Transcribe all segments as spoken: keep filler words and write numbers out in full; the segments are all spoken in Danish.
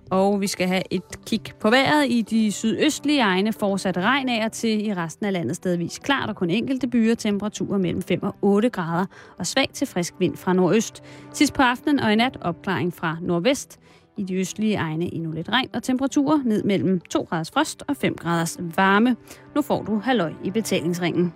Og vi skal have et kig på vejret. I de sydøstlige egne fortsat regn af og til. I resten af landet stedvis klart og kun enkelte byer. Temperaturer mellem fem og otte grader og svag til frisk vind fra nordøst. Sidst på aftenen og i nat opklaring fra nordvest. I de østlige egne endnu lidt regn og temperaturer ned mellem to graders frost og fem graders varme. Nu får du halløj i betalingsringen.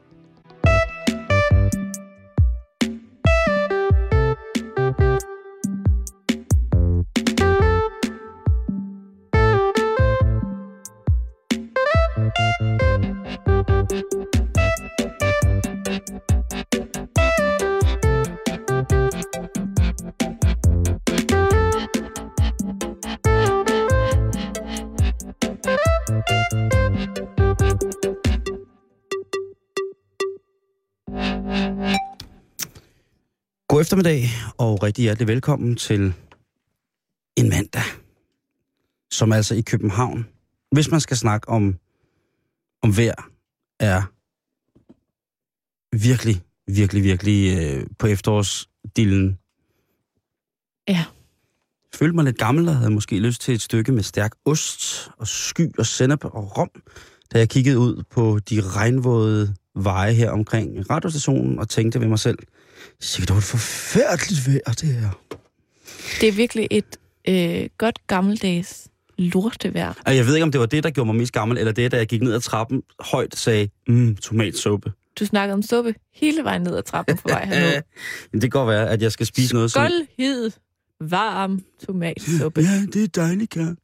God eftermiddag, og rigtig hjertelig velkommen til en mandag, som altså i København, hvis man skal snakke om, om vejr, er virkelig, virkelig, virkelig øh, på efterårsdillen. Ja. Følte mig lidt gammel, og havde måske lyst til et stykke med stærk ost og sky og sennep og rom, da jeg kiggede ud på de regnvåde veje her omkring radiostationen og tænkte ved mig selv, sikkert det var et forfærdeligt vejr, det her. Det er virkelig et øh, godt gammeldags lortevejr. Jeg ved ikke, om det var det, der gjorde mig mest gammel, eller det, da jeg gik ned ad trappen højt og sagde, mm, tomatsuppe. Du snakkede om suppe hele vejen ned ad trappen på vej hernede. Det kan godt være, at jeg skal spise noget som... Skoldhed varm tomatsuppe. Ja, det er dejligt, Karen.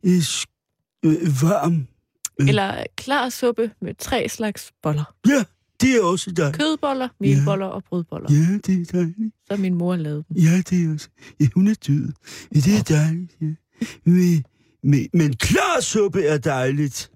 Varm. Eller klar suppe med tre slags boller. Ja, det er også dejligt. Kødboller, melboller ja. og brødboller. Ja, det er dejligt. Så min mor lavede dem. Ja, det er også. Ja, hun er død. Ja, det er dejligt, ja. Men, men, men klar suppe er dejligt.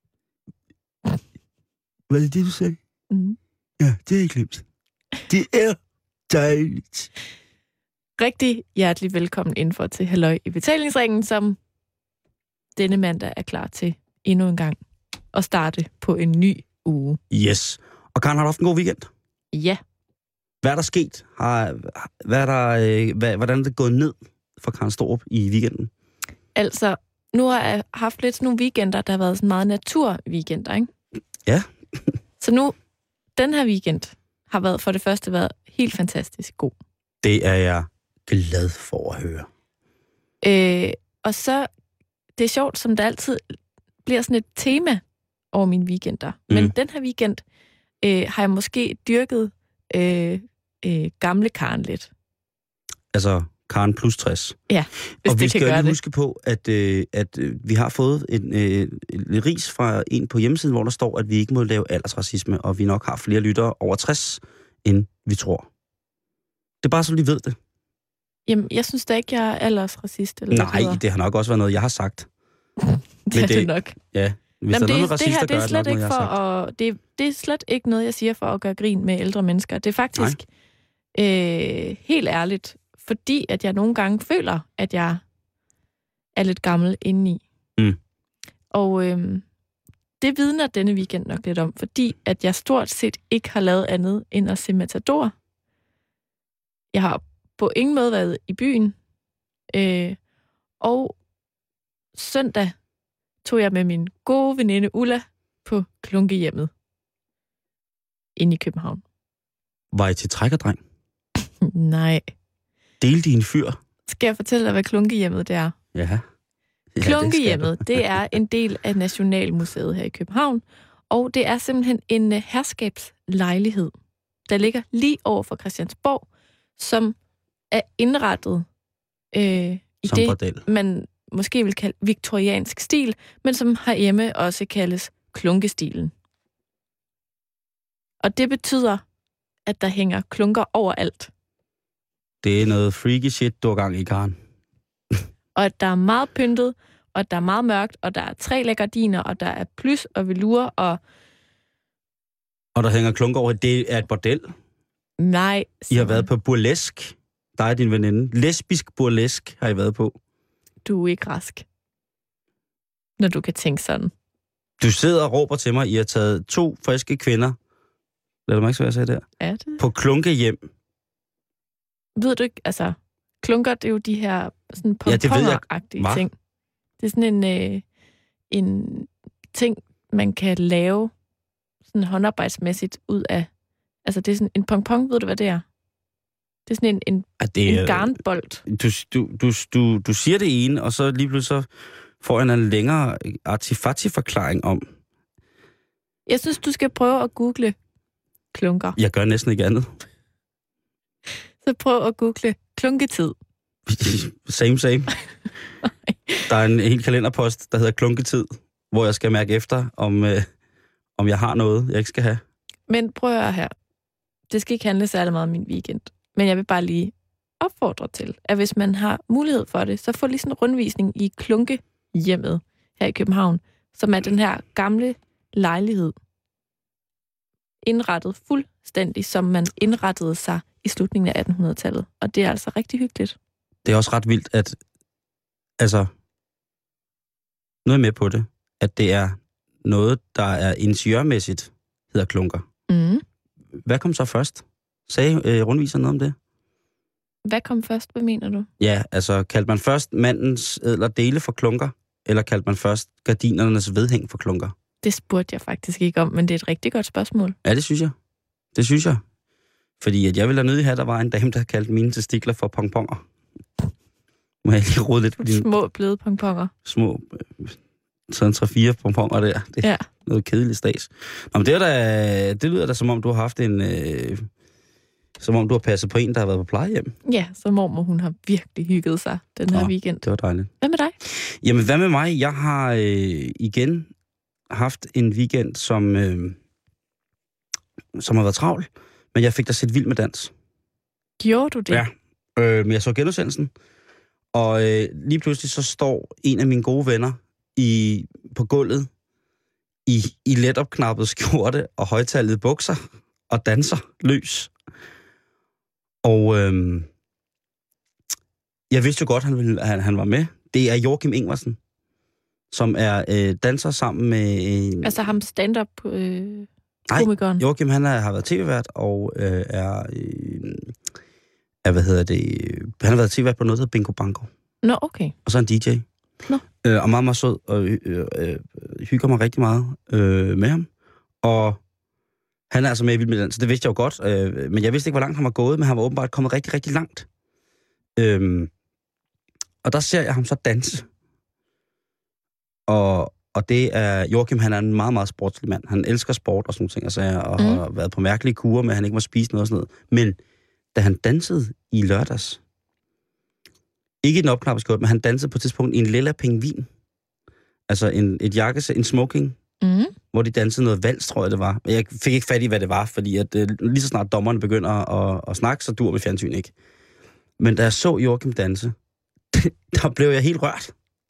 Var det det, du sagde? Mm. Ja, det er ikke glemt. Det er dejligt. Rigtig hjertelig velkommen indenfor til Halløj i betalingsringen, som denne mandag er klar til endnu en gang at starte på en ny uge. Yes. Og Karen, har du haft en god weekend? Ja. Hvad er der sket? Har, hvad er der, øh, hvad, hvordan er det gået ned for Karen Storup i weekenden? Altså, nu har jeg haft lidt sådan nogle weekender, der har været sådan meget naturweekender, ikke? Ja. Så nu, den her weekend har været for det første været helt fantastisk god. Det er jeg glad for at høre. Øh, og så, det er sjovt, som der altid bliver sådan et tema over mine weekender. Mm. Men den her weekend øh, har jeg måske dyrket øh, øh, gamle Karen lidt. Altså Karen plus tres. Ja, hvis og det vi skal kan gøre lige det. huske på, at, øh, at øh, vi har fået en, øh, en ris fra en på hjemmesiden, hvor der står, at vi ikke må lave aldersracisme, og vi nok har flere lyttere over tres, end vi tror. Det er bare så, de ved det. Jamen, jeg synes da ikke, jeg er aldersracist. Eller Nej, det, det har nok også været noget, jeg har sagt. det er det, det nok. Ja, hvis Jamen, der er det, noget det her, racister, det er gør, slet det nok, ikke for at, det, det er slet ikke noget, jeg siger for at gøre grin med ældre mennesker. Det er faktisk øh, helt ærligt, fordi at jeg nogle gange føler, at jeg er lidt gammel indeni. Mm. Og øh, det vidner denne weekend nok lidt om, fordi at jeg stort set ikke har lavet andet end at se Matador. Jeg har på ingen måde været i byen. Øh, og søndag tog jeg med min gode veninde Ulla på klunkehjemmet inde i København. Var I til trækkerdreng? Nej. Delte I en fyr? Skal jeg fortælle dig, hvad klunkehjemmet det er? Ja. ja klunkehjemmet, det, det er en del af Nationalmuseet her i København, og det er simpelthen en herskabslejlighed, der ligger lige over for Christiansborg, som er indrettet øh, i som det, bordel. Man måske vil kalde viktoriansk stil, men som herhjemme også kaldes klunkestilen. Og det betyder, at der hænger klunker overalt. Det er noget freaky shit, du har gang i, Karen. Og at der er meget pyntet, og at der er meget mørkt, og der er tre lag gardiner, og der er plys og velure, og... Og der hænger klunker over, det er et bordel? Nej. I har været på burlesk. Der er din veninde. Lesbisk burlesk har I været på. Du er ikke rask, når du kan tænke sådan. Du sidder og råber til mig, I har taget to friske kvinder. Lad mig ikke så, hvad jeg sagde der. Er det? På klunkehjem. Ved du ikke, altså, klunker, det er jo de her sådan pomponger-agtige ja, ting. Det er sådan en, øh, en ting, man kan lave sådan håndarbejdsmæssigt ud af. Altså, det er sådan en pong-pong, ved du, hvad det er? Det er sådan en, en, ja, det er, en garnbold. Du, du, du, du, du siger det ene, og så lige pludselig så får jeg en længere artifati-forklaring om. Jeg synes, du skal prøve at google klunker. Jeg gør næsten ikke andet. Så prøv at google klunketid. Same, same. Der er en hel kalenderpost, der hedder klunketid, hvor jeg skal mærke efter, om, øh, om jeg har noget, jeg ikke skal have. Men prøv at høre her. Det skal ikke handle særlig meget om min weekend. Men jeg vil bare lige opfordre til, at hvis man har mulighed for det, så få lige sådan en rundvisning i Klunkehjemmet her i København, som er den her gamle lejlighed, indrettet fuldstændig, som man indrettede sig i slutningen af attenhundredetallet. Og det er altså rigtig hyggeligt. Det er også ret vildt, at altså, noget med på det, at det er noget, der er ingeniørmæssigt, hedder klunker. Mm. Hvad kom så først? Sagde øh, rundviseren noget om det? Hvad kom først? Hvad mener du? Ja, altså kaldte man først mandens ædler dele for klunker, eller kaldte man først gardinernes vedhæng for klunker? Det spurgte jeg faktisk ikke om, men det er et rigtig godt spørgsmål. Ja, det synes jeg. Det synes jeg. Fordi at jeg ville have nødig have, at der var en dame, der kaldte mine testikler for pongponger. Må jeg lige rode lidt på dine... Små bløde pongponger. Små, øh, sådan tre-fire pongponger der. Det er ja. Noget kedeligt stads. Nå, men det, er da, det lyder da, som om du har haft en... Øh, som om du har passet på en, der har været på plejehjem. Ja, så mormor, hun har virkelig hygget sig den her Nå, weekend. Det var dejligt. Hvad med dig? Jamen, hvad med mig? Jeg har øh, igen haft en weekend, som, øh, som har været travl, men jeg fik da set Vild med Dans. Gjorde du det? Ja, øh, men jeg så genudsendelsen, og øh, lige pludselig så står en af mine gode venner i, på gulvet i, i let opknappet skjorte og højtallede bukser og danser løs. Og øh, jeg vidste jo godt, at han, ville, at han, han var med. Det er Joachim Ingvarsen, som er øh, danser sammen med... Øh, altså ham stand-up øh, komikeren? Nej, Joachim han er, har været tv-vært og øh, er... Øh, er, hvad hedder det... Han har været tv-vært på noget, der hedder Bingo Bango. Nå, okay. Og så en D J. Nå. Øh, og meget, meget sød, og øh, øh, hygger mig rigtig meget øh, med ham. Og han er altså med i Vild med Dans, så det vidste jeg jo godt. Øh, men jeg vidste ikke, hvor langt han var gået, men han var åbenbart kommet rigtig, rigtig langt. Øh, og der ser jeg ham så danse. Og, og det er... Joachim, han er en meget, meget sportslig mand. Han elsker sport og sådan ting, altså, og mm. har været på mærkelige kurer med, at han ikke må spise noget og sådan noget. Men da han dansede i lørdags, ikke den opknappeskjorte, men han dansede på et tidspunkt i en lilla pingvin. Altså en, et jakkesæt, en smoking, mm. hvor de dansede noget vals, tror jeg det var. Jeg fik ikke fat i, hvad det var, fordi at, øh, lige så snart dommerne begynder at, at, at snakke, så dur med fjernsyn ikke. Men da jeg så Joachim danse, der blev jeg helt rørt.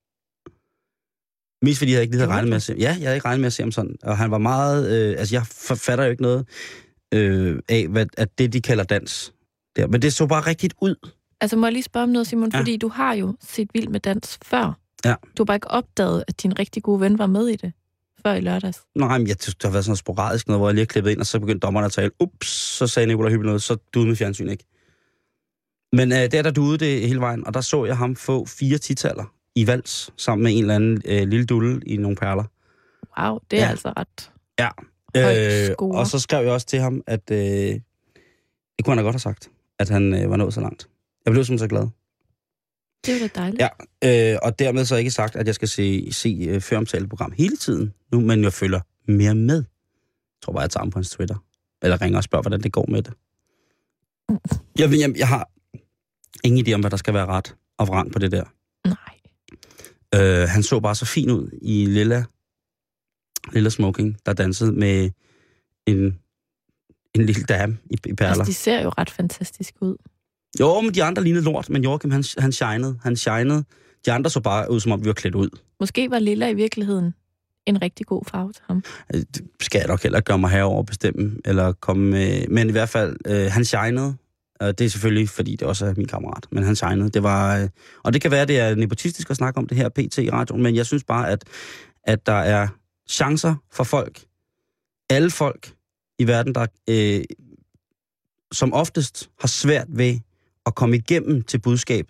Mest fordi jeg ikke lige havde regnet med at se. Ja, jeg havde ikke regnet med at se ham sådan. Og han var meget... Øh, altså, jeg fatter jo ikke noget øh, af, hvad, at det, de kalder dans. Der. Men det så bare rigtigt ud. Altså, må jeg lige spørge om noget, Simon? Ja. Fordi du har jo set Vild med Dans før. Ja. Du har bare ikke opdaget, at din rigtig gode ven var med i det før i lørdags. Nej, men jeg, det har været sådan noget sporadisk noget, hvor jeg lige har klippet ind, og så begyndte dommerne at tale. Ups, så sagde Nicolai Hyppel noget, så duede med fjernsyn ikke. Men øh, der der duede det hele vejen, og der så jeg ham få fire titaller i vals, sammen med en eller anden øh, lille dulle i nogle perler. Wow, det er ja. altså ret ja. Øh, og så skrev jeg også til ham, at øh, det kunne han da godt have sagt, at han øh, var nået så langt. Jeg blev simpelthen så glad. Det var da dejligt. Ja, øh, og dermed så ikke sagt, at jeg skal se, se øh, føromtaleprogram hele tiden nu, men jeg følger mere med. Jeg tror bare, jeg tager ham på hans Twitter. Eller ringer og spørger, hvordan det går med det. Jeg, jeg, jeg har ingen idé om, hvad der skal være ret og vrang på det der. Nej. Øh, han så bare så fin ud i lilla, lilla smoking, der dansede med en, en lille dame i, i perler. Altså, de ser jo ret fantastisk ud. Jo, men de andre lignede lort, men Joachim, han, han shinede. Han shinede. De andre så bare ud, som om vi var klædt ud. Måske var lilla i virkeligheden en rigtig god farve til ham. Det skal jeg nok heller gøre mig herover at bestemme, eller komme med. Men i hvert fald, øh, han shinede. Det er selvfølgelig, fordi det også er min kammerat, men han shinede. Det var, øh, og det kan være, at det er nepotistisk at snakke om det her P T i radioen, men jeg synes bare, at, at der er chancer for folk, alle folk i verden, der øh, som oftest har svært ved at komme igennem til budskabet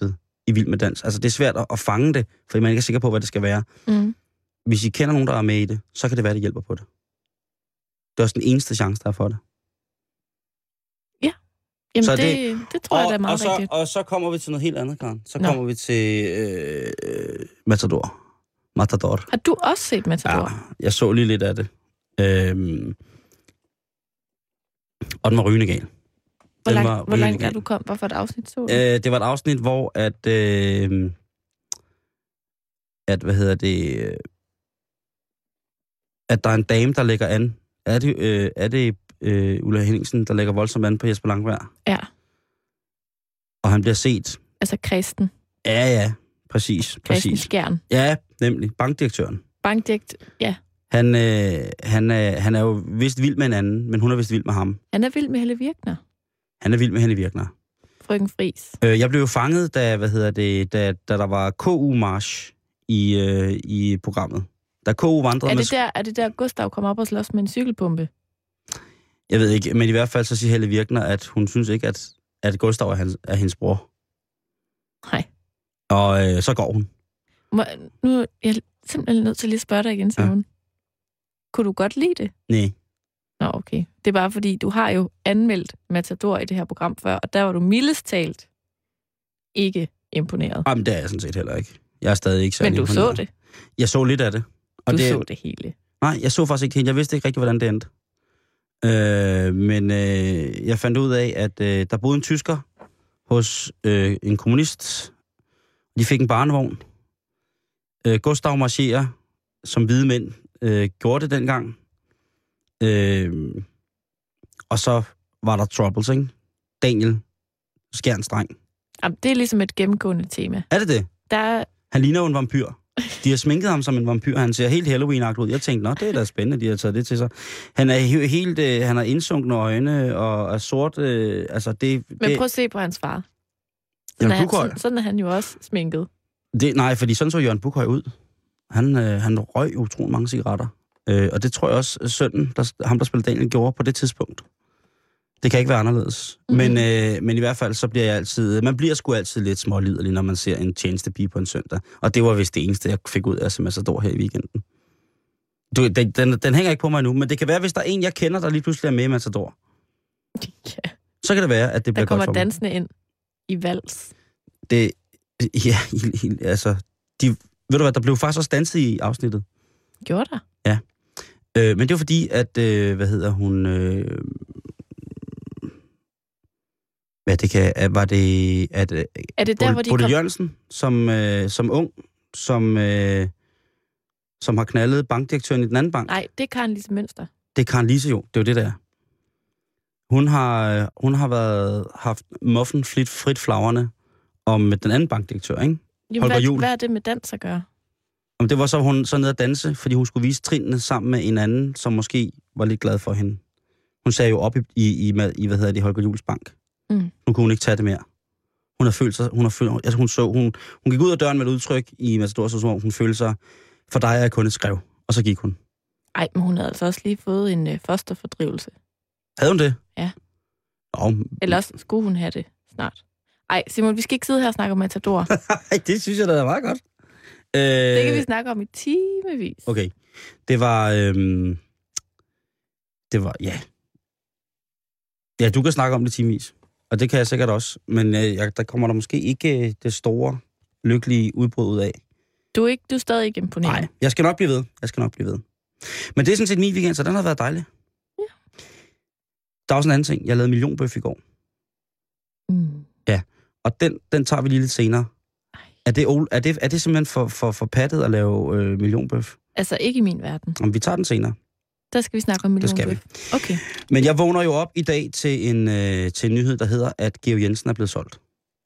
i Vild med Dans. Altså, det er svært at, at fange det, fordi man ikke er sikker på, hvad det skal være. Mm. Hvis I kender nogen, der er med i det, så kan det være, det hjælper på det. Det er også den eneste chance, der er for det. Ja, jamen så det, det, det tror og, jeg, det er meget og så, rigtigt. Og så kommer vi til noget helt andet, Karen. Så Nå. kommer vi til øh, Matador. Matador. Har du også set Matador? Ja, jeg så lige lidt af det. Øhm, og den var rygende gal. Hvor Den langt, var hvor langt rygende er gal. du kom? Hvorfor et afsnit så du? Øh, det var et afsnit, hvor at, øh, at, hvad hedder det, øh, at der er en dame, der lægger an. Er det, øh, er det øh, Ulla Henningsen, der lægger voldsomt an på Jesper Langberg? Ja, Og han bliver set. altså Kristen. Ja, ja, præcis. Kristen præcis. Skjern. Ja, nemlig. Bankdirektøren. Bankdigt, ja. Han, øh, han, er, han er jo vist vild med en anden, men hun er vist vild med ham. Han er vild med Helle Virkner. Han er vild med Helle Virkner. Frøken Friis. Øh, jeg blev jo fanget, da, hvad hedder det, da, da der var K U-march i, øh, i programmet. Da K U vandrede Er med... det, der, er det der, Gustav kom op og slås med en cykelpumpe? Jeg ved ikke, men i hvert fald så siger Helle Virkner, at hun synes ikke, at, at Gustav er, hans, er hendes bror. Nej. Og øh, så går hun. Må, nu er jeg simpelthen nødt til lige at spørge dig igen, Simon. Ja. Kunne du godt lide det? Nej. Nå, okay. Det er bare fordi, du har jo anmeldt Matador i det her program før, og der var du mildest talt ikke imponeret. Jamen, det er jeg sådan set heller ikke. Jeg er stadig ikke særlig Men du imponeret. så det? Jeg så lidt af det. Og Du det, så det hele? Nej, jeg så faktisk ikke helt. Jeg vidste ikke rigtig, hvordan det endte. Øh, men øh, jeg fandt ud af, at øh, der boede en tysker hos øh, en kommunist. De fik en barnevogn. Øh, Gustav marcherer, som hvide mænd øh, gjorde det dengang. Øh, og så var der troubles, ikke? Daniel Skjernstreng. Jamen, det er ligesom et gennemgående tema. Er det det? Der er... Han ligner jo en vampyr. De har sminket ham som en vampyr. Han ser helt Halloween-agtig ud. Jeg tænkte, nå, det er da spændende, de har taget det til sig. Han er he- helt, øh, han har indsunkne øjne og er sort. Øh, altså det, Men det, prøv at se på hans far. Jørgen Sådan, er, han, Bukhøj. sådan, sådan er han jo også sminket. Det, nej, fordi sådan så Jørgen Bukhøj ud. Han, øh, han røg utrolig mange cigaretter. Øh, og det tror jeg også, sønnen, der, ham der spillede Daniel, gjorde på det tidspunkt. Det kan ikke være anderledes. Mm-hmm. Men, øh, men i hvert fald, så bliver jeg altid... Man bliver sgu altid lidt småliderlig, når man ser en tjenestepige på en søndag. Og det var vist det eneste, jeg fik ud af som Matador her i weekenden. Du, den, den, den hænger ikke på mig nu, men det kan være, hvis der er en, jeg kender, der lige pludselig er med i Matador. Ja. Så kan det være, at det bliver Der kommer godt for mig. dansende ind i vals. Det... Ja, altså... De, ved du hvad, der blev faktisk også danset i afsnittet. Gjorde der? Ja. Øh, men det var fordi, at... Øh, hvad hedder hun... Øh, hvad det kan... At, var det... At, Er det der, hvor de Bodil kom... Jørgensen, som, øh, som ung, som, øh, som har knaldet bankdirektøren i den anden bank. Nej, det er Karen Lise Mønster. Det er Karen Lise jo. Det er jo det, der. Hun har, hun har været, haft muffen flit, frit flagrende om den anden bankdirektør, ikke? Jamen, Holger hvad, Juhl. hvad er det med dans at gøre? Om det var så, hun så nede at danse, fordi hun skulle vise trinene sammen med en anden, som måske var lidt glad for hende. Hun sagde jo op i, i, i, i hvad hedder det, Holger Juhls bank. Mm. Nu kunne hun ikke tage det mere. Hun har følt sig, hun har følt, altså hun så, hun, hun gik ud af døren med et udtryk i Matador, så hun følte sig, for dig er jeg kun et skrev. Og så gik hun. Ej, men hun havde altså også lige fået en øh, fosterfordrivelse. Havde hun det? Ja. Nå, Eller også skulle hun have det snart. Ej, Simon, vi skal ikke sidde her og snakke om Matador. Ej, det synes jeg da er meget godt. Øh, Det kan vi snakke om i timevis. Okay. Det var... Øhm, det var... Ja. Ja, du kan snakke om det timevis. Og det kan jeg sikkert også. Men øh, jeg, der kommer der måske ikke øh, det store, lykkelige udbrud ud af. Du er, ikke, du er stadig ikke imponeret. Nej, jeg skal nok blive ved. Jeg skal nok blive ved. Men det er sådan set min weekend, så den har været dejlig. Ja. Der er også en anden ting. Jeg lavede millionbøf i går. Mm. Ja, og den, den tager vi lige lidt senere. Er det, er det, er det simpelthen for, for, for pattet at lave øh, millionbøf? Altså ikke i min verden. Om vi tager den senere. Der skal vi snakke om Det skal millionbøf. Okay. Men jeg vågner jo op i dag til en, øh, til en nyhed, der hedder, at Georg Jensen er blevet solgt.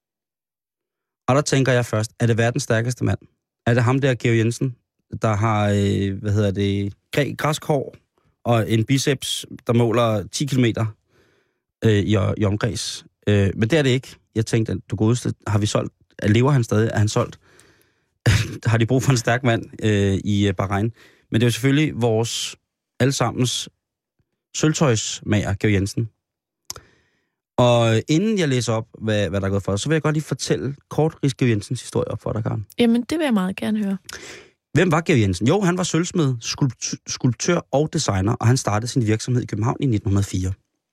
Og der tænker jeg først, er det verdens stærkeste mand? Er det ham der, Georg Jensen, der har, øh, hvad hedder det, græskår og en biceps, der måler ti kilometer øh, i, i omkreds? Øh, men det er det ikke. Jeg tænkte, at du godeste, har vi solgt? Lever han stadig? Er han solgt? Har de brug for en stærk mand øh, i Bahrain? Men det er jo selvfølgelig vores allesammens sølvtøjsmager, Georg Jensen. Og inden jeg læser op, hvad, hvad der er gået for, så vil jeg godt lige fortælle kort Riis Georg Jensens historie op for dig, Karen. Jamen, det vil jeg meget gerne høre. Hvem var Georg Jensen? Jo, han var sølvsmed, skulpt- skulptør og designer, og han startede sin virksomhed i København i nitten hundrede og fire.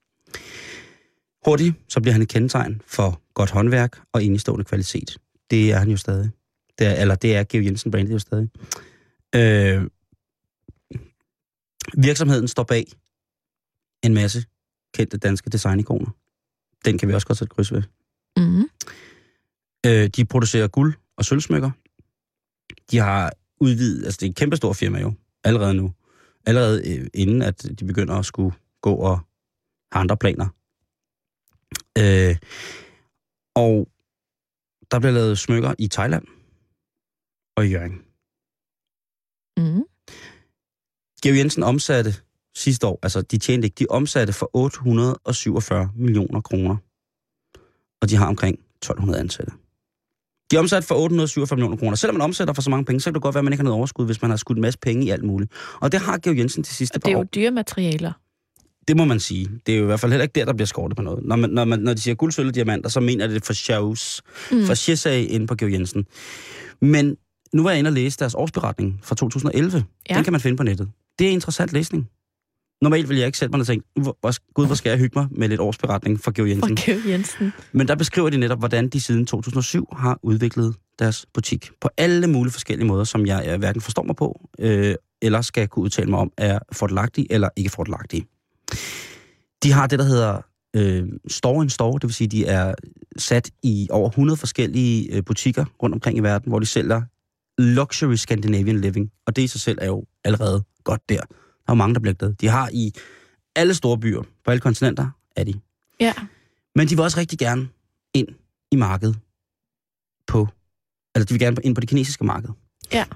Hurtigt, så bliver han et kendetegn for godt håndværk og enestående kvalitet. Det er han jo stadig. Det er, eller det er Georg Jensen brandet jo stadig. Øh, virksomheden står bag en masse kendte danske designikoner. Den kan vi også godt sætte kryds ved. Mm-hmm. Øh, de producerer guld og sølvsmykker. De har udvidet, altså det er et kæmpestort firma jo, allerede nu. Allerede øh, inden, at de begynder at skulle gå og have andre planer. Øh, og der bliver lavet smykker i Thailand og i Hjørring. Mm. Georg Jensen omsatte sidste år, altså de tjente ikke, de omsatte for otte hundrede og syvogfyrre millioner kroner. Og de har omkring tolv hundrede ansatte. De er omsat for otte hundrede og syvogfyrre millioner kroner. Selvom man omsætter for så mange penge, så kan det godt være, at man ikke har noget overskud, hvis man har skudt en masse penge i alt muligt. Og det har Georg Jensen til sidste par år. Og det er jo dyre materialer. Det må man sige. Det er jo i hvert fald heller ikke der, der bliver skåret på noget. Når, man, når, man, når de siger guld, sølv og diamanter, så mener det for shows. Mm. For sjæsag inde på Georg Jensen. Men nu var jeg inde og læse deres årsberetning fra to tusind og elleve. Ja. Den kan man finde på nettet. Det er interessant læsning. Normalt vil jeg ikke sætte mig og tænke, gud, hvor skal jeg hygge mig med lidt årsberetning fra Georg Jensen. For Georg Jensen. Men der beskriver de netop, hvordan de siden to tusind og syv har udviklet deres butik. På alle mulige forskellige måder, som jeg, jeg hverken forstår mig på, øh, eller skal kunne udtale mig om, er fordelagtige eller ikke fordelagtige. De har det, der hedder øh, store in store, det vil sige, de er sat i over hundrede forskellige øh, butikker rundt omkring i verden, hvor de sælger luxury Scandinavian living. Og det i sig selv er jo allerede godt der. Der er mange, der bliver glade. De har i alle store byer, på alle kontinenter, er de. Ja. Men de vil også rigtig gerne ind i markedet på, altså de vil gerne ind på det kinesiske marked. Ja.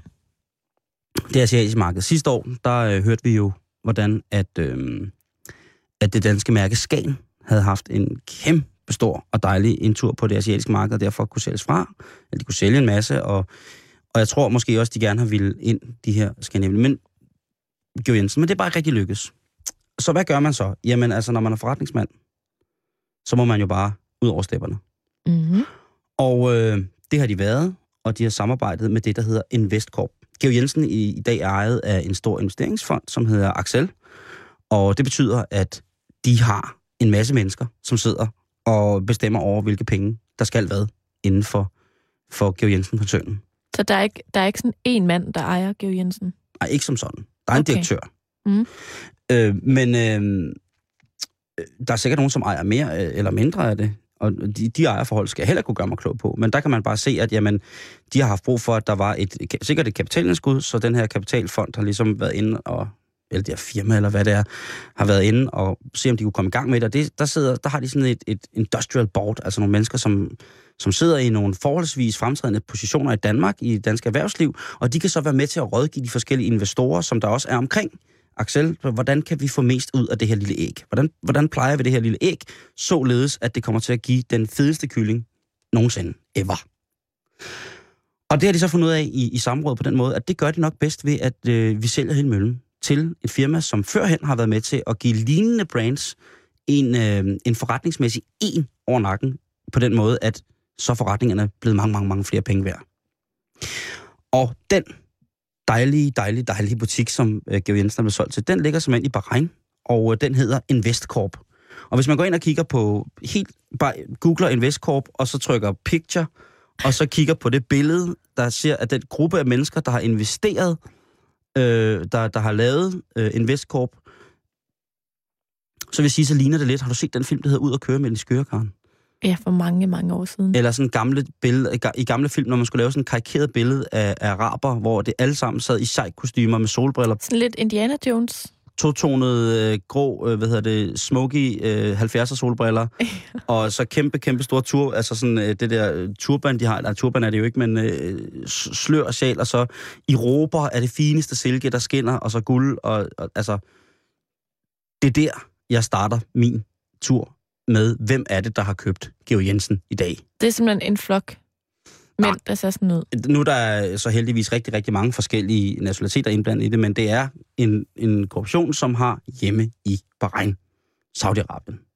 Det asiatiske marked. Sidste år, der øh, hørte vi jo, hvordan at, øh, at det danske mærke Skagen havde haft en kæmpe stor og dejlig indtur på det asiatiske marked, og derfor kunne sælges fra. Eller de kunne sælge en masse, og, og jeg tror måske også, de gerne har ville ind, de her skandinaviske. Men Georg Jensen, men det er bare ikke rigtig lykkes. Så hvad gør man så? Jamen altså, når man er forretningsmand, så må man jo bare ud over stepperne. Mm-hmm. Og øh, det har de været, og de har samarbejdet med det, der hedder Investcorp. Georg Jensen i, i dag er ejet af en stor investeringsfond, som hedder Axel. Og det betyder, at de har en masse mennesker, som sidder og bestemmer over, hvilke penge, der skal hvad inden for, for Georg Jensen-koncernen. Så der er, ikke, der er ikke sådan en mand, der ejer Georg Jensen? Nej, ikke som sådan. Der er en okay. direktør. Mm. Øh, men øh, der er sikkert nogen, som ejer mere eller mindre af det. Og de, de ejerforhold skal jeg heller kunne gøre mig klog på. Men der kan man bare se, at jamen, de har haft brug for, at der var et, sikkert et kapitalindskud, så den her kapitalfond har ligesom været inde og, eller det her firma, eller hvad det er, har været inde og se, om de kunne komme i gang med det. Og det, der, sidder, der har de sådan et, et industrial board, altså nogle mennesker, som, som sidder i nogle forholdsvis fremtrædende positioner i Danmark, i dansk erhvervsliv, og de kan så være med til at rådgive de forskellige investorer, som der også er omkring Axel, hvordan kan vi få mest ud af det her lille æg? Hvordan, hvordan plejer vi det her lille æg, således at det kommer til at give den fedeste kylling nogensinde ever? Og det har de så fundet ud af i, i samråd på den måde, at det gør de nok bedst ved, at øh, vi sælger hele møllen til et firma, som førhen har været med til at give lignende brands en, øh, en forretningsmæssig en over nakken, på den måde, at så forretningerne er blevet mange, mange, mange flere penge værd. Og den dejlige, dejlige, dejlige butik, som øh, Georg Jensen er blevet solgt til, den ligger simpelthen i Bahrain, og øh, den hedder Investcorp. Og hvis man går ind og kigger på, helt bare googler Investcorp, og så trykker picture, og så kigger på det billede, der ser, at den gruppe af mennesker, der har investeret, øh, der, der har lavet øh, Investcorp, så vil jeg sige, så ligner det lidt. Har du set den film, der hedder Ud og køre med den skørekaren? Ja, for mange, mange år siden. Eller sådan gamle billede, i gamle film, når man skulle lave sådan en karikeret billede af, af araber, hvor det alle sammen sad i sheik-kostymer med solbriller. Sådan lidt Indiana Jones. To-tonet, øh, grå, øh, hvad hedder det, smoky øh, halvfjerdser solbriller. Og så kæmpe, kæmpe store tur, altså sådan øh, det der øh, turban, de har, nej, turban er det jo ikke, men øh, slør og sjal, og så i råber er det fineste silke, der skinner, og så guld, og, og altså, det er der, jeg starter min tur med, hvem er det, der har købt Georg Jensen i dag. Det er simpelthen en flok mænd, der ser sådan ud. Nu der er så heldigvis rigtig, rigtig mange forskellige nationaliteter indblandet i det, men det er en, en korruption, som har hjemme i Bahrain, Saudi-Arabien.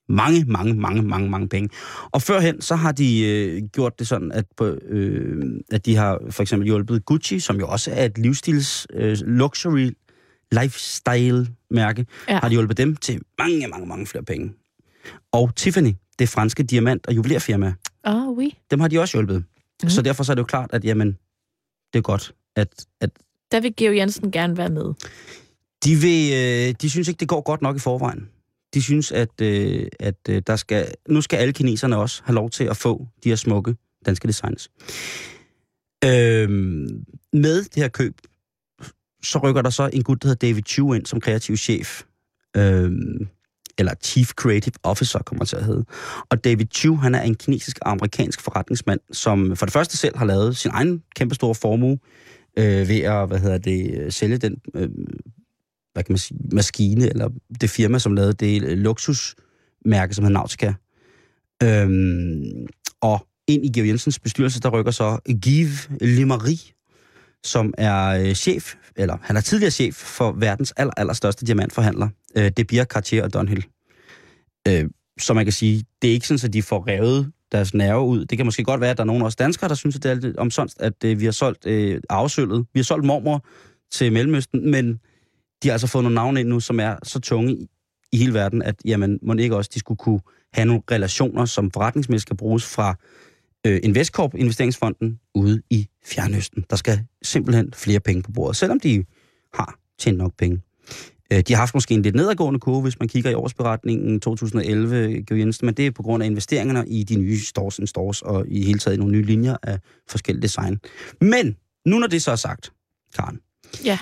mange, mange, mange, mange, mange penge. Og førhen, så har de øh, gjort det sådan, at, på, øh, at de har for eksempel hjulpet Gucci, som jo også er et livsstils øh, luxury lifestyle-mærke, ja. Har de hjulpet dem til mange, mange, mange flere penge. Og Tiffany, det franske diamant- og juvelerfirma, oh, oui. dem har de også hjulpet. Mm. Så derfor så er det jo klart, at jamen, det er godt, at... at der vil Georg Jensen gerne være med. De, vil, øh, de synes ikke, det går godt nok i forvejen. De synes, at, øh, at øh, der skal, nu skal alle kineserne også have lov til at få de her smukke danske designs. Øh, med det her køb, så rykker der så en gut, der hedder David Chiu ind som kreativ chef. Øh, eller Chief Creative Officer, kommer til at hedde. Og David Chiu, han er en kinesisk og amerikansk forretningsmand, som for det første selv har lavet sin egen kæmpestore formue øh, ved at, hvad hedder det, sælge den... Øh, hvad kan man sige, maskine, eller det firma, som lavede det luksusmærke, som hedder Nautica. Øhm, og ind i Georg Jensens bestyrelse, der rykker så Guy Lemery, som er øh, chef, eller han er tidligere chef for verdens aller, aller største diamantforhandler, øh, De Beer, Cartier og Dunhill. Øh, så man kan sige, det er ikke sådan, at de får revet deres nerve ud. Det kan måske godt være, at der er nogen også danskere, der synes, at det er lidt omsonst, at øh, vi har solgt øh, arvesølvet. Vi har solgt mormor til Mellemøsten, men de har altså fået nogle navne ind nu, som er så tunge i, i hele verden, at jamen, må ikke også de skulle kunne have nogle relationer, som forretningsmæssigt skal bruges fra øh, Investcorp, investeringsfonden, ude i Fjernøsten. Der skal simpelthen flere penge på bordet, selvom de har tjent nok penge. Øh, de har haft måske en lidt nedadgående kurve, hvis man kigger i årsberetningen to tusind og elleve, Georg Jensen, men det er på grund af investeringerne i de nye stores and stores, og i hele taget nogle nye linjer af forskellige design. Men, nu når det så er sagt, Karen. Ja.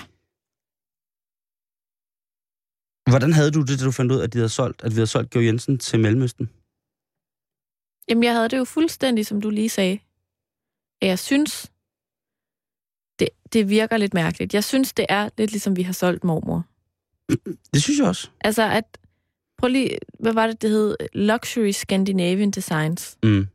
Hvordan havde du det, da du fandt ud af, at de havde solgt, at vi havde solgt Georg Jensen til Mellemøsten? Jamen, jeg havde det jo fuldstændig, som du lige sagde. Jeg synes, det, det virker lidt mærkeligt. Jeg synes, det er lidt ligesom, vi har solgt mormor. Det synes jeg også. Altså, at... Prøv lige... Hvad var det, det hed? Luxury Scandinavian Designs. Mm.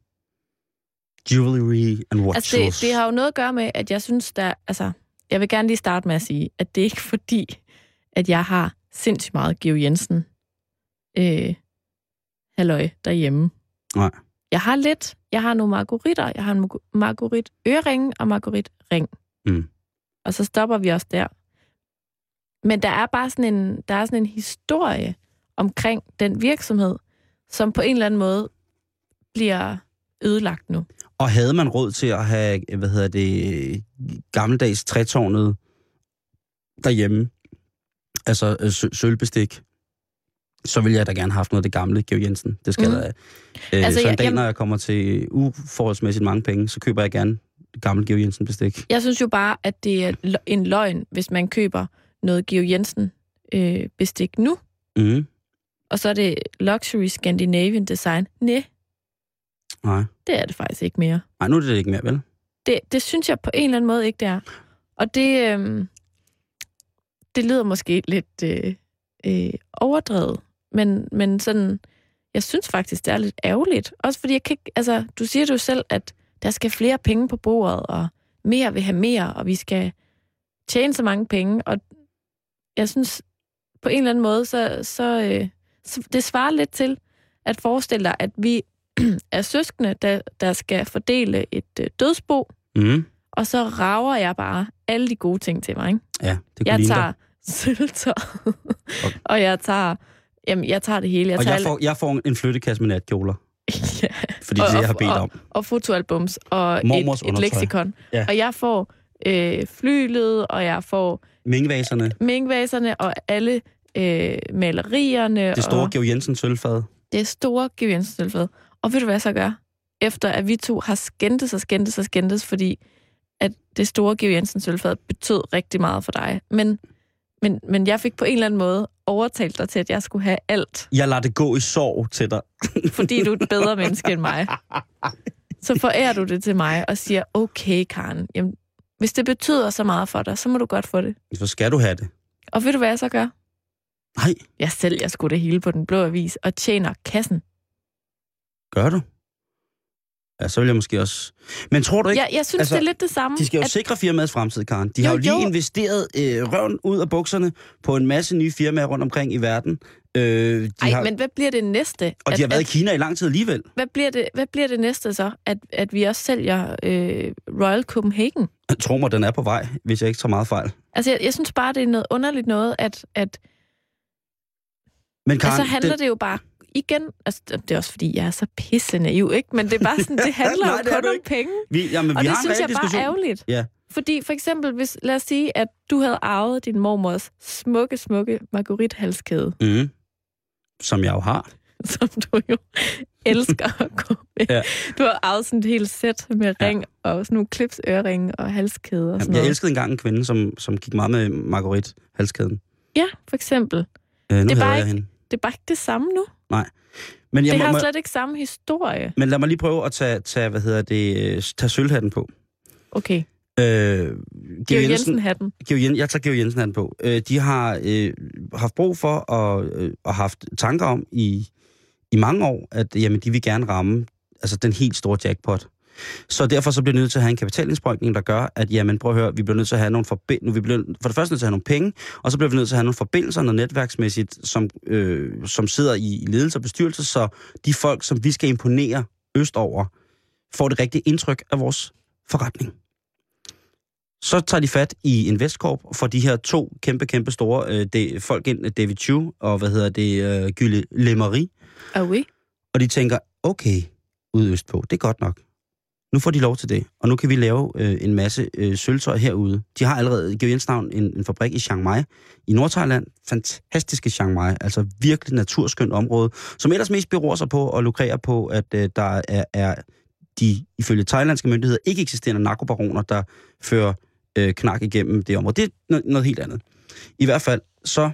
Jewelry and watches. Altså, det, det har jo noget at gøre med, at jeg synes, der... Altså, jeg vil gerne lige starte med at sige, at det er ikke fordi, at jeg har sindssygt meget Georg Jensen øh, halløj derhjemme. Nej. Jeg har lidt. Jeg har nogle marguritter. Jeg har en margurit ørering og margurit ring. Mm. Og så stopper vi også der. Men der er bare sådan en, der er sådan en historie omkring den virksomhed, som på en eller anden måde bliver ødelagt nu. Og havde man råd til at have, hvad hedder det, gammeldags trætårnet derhjemme, altså sø- sølvbestik, så ville jeg da gerne have haft noget af det gamle Georg Jensen. Det skal mm. der. Øh, altså, så en dag, jeg, når jeg kommer til uforholdsmæssigt mange penge, så køber jeg gerne det gamle Georg Jensen bestik. Jeg synes jo bare, at det er en løgn, hvis man køber noget Georg Jensen øh, bestik nu, mm. og så er det Luxury Scandinavian Design. Næh. Nej. Det er det faktisk ikke mere. Nej, nu er det ikke mere, vel? Det, det synes jeg på en eller anden måde ikke, det er. Og det, øh, det lyder måske lidt øh, øh, overdrevet, men, men sådan, jeg synes faktisk, det er lidt ærgerligt. Også fordi jeg kan ikke, altså, du siger det jo selv, at der skal flere penge på bordet, og mere vil have mere, og vi skal tjene så mange penge, og jeg synes, på en eller anden måde, så, så, øh, så det svarer lidt til at forestille dig, at vi er søskende, der, der skal fordele et øh, dødsbo, mm. og så rager jeg bare alle de gode ting til mig, ikke? Ja, det jeg tager sølvtør, okay. og jeg tager, jamen, jeg tager det hele. Jeg og tager jeg får, jeg får en flyttekasse med natkjoler. Ja. Fordi det er det, jeg har bedt og, om. Og, og fotoalbums, og et, et leksikon. Ja. Og jeg får øh, flylet, og jeg får mingvaserne. Mingvaserne, og alle øh, malerierne. Det store og Georg Jensen sølvfad. Det store Georg Jensen sølvfad. Og ved du, hvad jeg så gør? Efter at vi to har skændtes og skændtes og skændtes, fordi at det store Georg Jensen sølvfad betød rigtig meget for dig. Men, men, men jeg fik på en eller anden måde overtalt dig til, at jeg skulle have alt. Jeg lader det gå i sorg til dig. Fordi du er et bedre menneske end mig. Så forærer du det til mig og siger, okay, Karen, jamen, hvis det betyder så meget for dig, så må du godt få det. Så skal du have det. Og ved du, hvad jeg så gør? Nej. Jeg sælger sgu det hele på Den Blå Avis og tjener kassen. Gør du? Ja, så vil jeg måske også... Men tror du ikke... Ja, jeg synes, altså, det er lidt det samme. De skal jo at... sikre firmaets fremtid, Karen. De jo, har jo lige jo. investeret øh, røven ud af bukserne på en masse nye firmaer rundt omkring i verden. Øh, de Ej, har... men hvad bliver det næste? Og at, de har været at... i Kina i lang tid alligevel. Hvad bliver det, hvad bliver det næste så? At, at vi også sælger øh, Royal Copenhagen? Tro mig, den er på vej, hvis jeg ikke tager meget fejl. Altså, jeg, jeg synes bare, det er noget underligt noget, at... at men Karen, altså, handler det... det jo bare igen... Altså, det er også fordi, jeg er så pisse naiv, ikke? Men det er bare sådan, det handler Nej, jo det kun om ikke. penge. Vi, jamen, og vi det har synes jeg bare er ærgerligt. Ja. Fordi for eksempel, hvis, lad os sige, at du havde arvet din mormors smukke, smukke Marguerite-halskæde. Mm. Som jeg jo har. Som du jo elsker at gå med. Ja. Du har arvet sådan et helt sæt med ring ja. og sådan nogle clips, øreringe og halskæder. Og sådan jeg noget. elskede engang en kvinde, som, som gik meget med Marguerite-halskæden. Ja, for eksempel. Øh, nu det, er bare jeg ikke, hende. det er bare ikke det samme nu. Nej. Men jeg det må, har må, slet ikke samme historie. Men lad mig lige prøve at tage, tage hvad hedder det, tage sølvhatten på. Okay. Øh, Georg Jensen-hatten. Georg Jensen, jeg tager Georg Jensen-hatten på. Øh, de har øh, haft brug for og, øh, og haft tanker om i, i mange år, at jamen, de vil gerne ramme altså, den helt store jackpot. Så derfor så bliver vi nødt til at have en kapitalindsprøjtning, der gør, at jamen, prøv at høre, vi bliver nødt til at have nogle forbindelser. Vi bliver for det første nødt til at have nogle penge, og så bliver vi nødt til at have nogle forbindelser, noget netværksmæssigt, som, øh, som sidder i ledelse og bestyrelse, så de folk, som vi skal imponere østover, får det rigtige indtryk af vores forretning. Så tager de fat i Investcorp for de her to kæmpe, kæmpe store øh, de, folk ind, David Chu og hvad hedder det, øh, Gylde Lemery. Ah oui. Og de tænker, okay, ude østpå, det er godt nok. Nu får de lov til det, og nu kan vi lave øh, en masse øh, sølvtøj herude. De har allerede, Georg Jensens navn, en, en fabrik i Chiang Mai i Nordthailand. Fantastiske Chiang Mai, altså virkelig naturskønt område, som ellers mest beror sig på og lukrerer på, at øh, der er, er de, ifølge thailandske myndigheder, ikke eksisterende narkobaroner, der fører øh, knak igennem det område. Det er noget, noget helt andet. I hvert fald, så,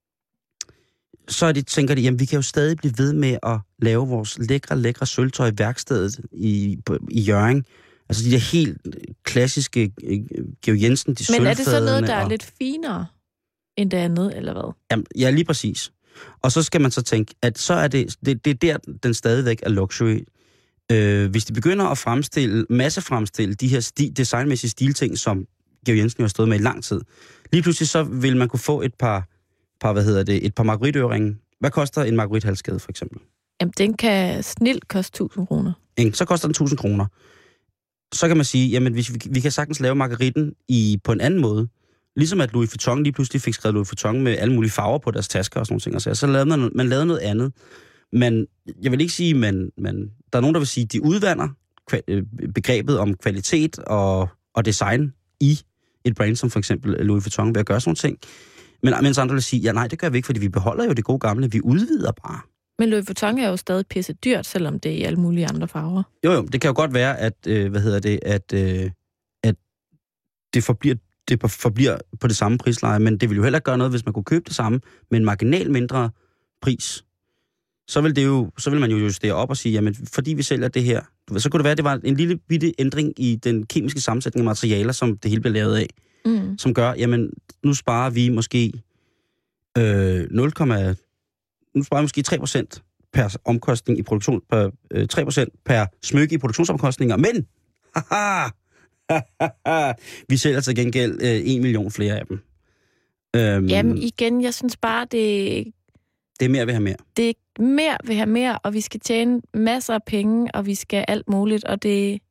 så er de, tænker de, jamen vi kan jo stadig blive ved med at lave vores lækre, lækre sølvtøj i værkstedet i, på, i Hjørring. Altså de der helt klassiske øh, Georg Jensen, de Men er det så noget, der og... er lidt finere end det andet, eller hvad? Jamen, ja, lige præcis. Og så skal man så tænke, at så er det, det, det er der, den stadigvæk er luxury. Øh, hvis de begynder at fremstille, massefremstille de her sti, designmæssige stilting, som Georg Jensen jo har stået med i lang tid, lige pludselig så vil man kunne få et par, par hvad hedder det, et par Marguerite-øringe. Hvad koster en Marguerite-halskæde, for eksempel? Jamen, den kan snilt koste tusind kroner. Så koster den tusind kroner. Så kan man sige, jamen, hvis vi, vi kan sagtens lave Margueriten i, på en anden måde. Ligesom at Louis Vuitton lige pludselig fik skrevet Louis Vuitton med alle mulige farver på deres tasker og sådan nogle ting. Og så, så lavede man, man lavede noget andet. Men jeg vil ikke sige, men, men der er nogen, der vil sige, at de udvander begrebet om kvalitet og, og design i et brand som for eksempel Louis Vuitton ved at gøre sådan nogle ting. Men mens andre vil sige, ja nej, det gør vi ikke, fordi vi beholder jo det gode gamle, vi udvider bare. Men Louis Vuitton er jo stadig pisse dyrt, selvom det er i alle mulige andre farver. Jo, jo, det kan jo godt være, at, øh, hvad hedder det, at, øh, at det forbliver, det forbliver på det samme prisleje, men det vil jo heller ikke gøre noget, hvis man kunne købe det samme med en marginal mindre pris. Så vil, det jo, så vil man jo justere op og sige, jamen fordi vi sælger det her, så kunne det være, at det var en lille bitte ændring i den kemiske sammensætning af materialer, som det hele bliver lavet af, mm. som gør, jamen nu sparer vi måske øh, nul, nu sparer vi måske tre procent per omkostning i produktion, per, øh, tre procent per smykke i produktionsomkostninger, men haha, vi sælger til gengæld øh, en million flere af dem. Øhm, Jamen igen, jeg synes bare, det... Det er mere ved at have mere. Det er mere ved at have mere, og vi skal tjene masser af penge, og vi skal alt muligt, og det...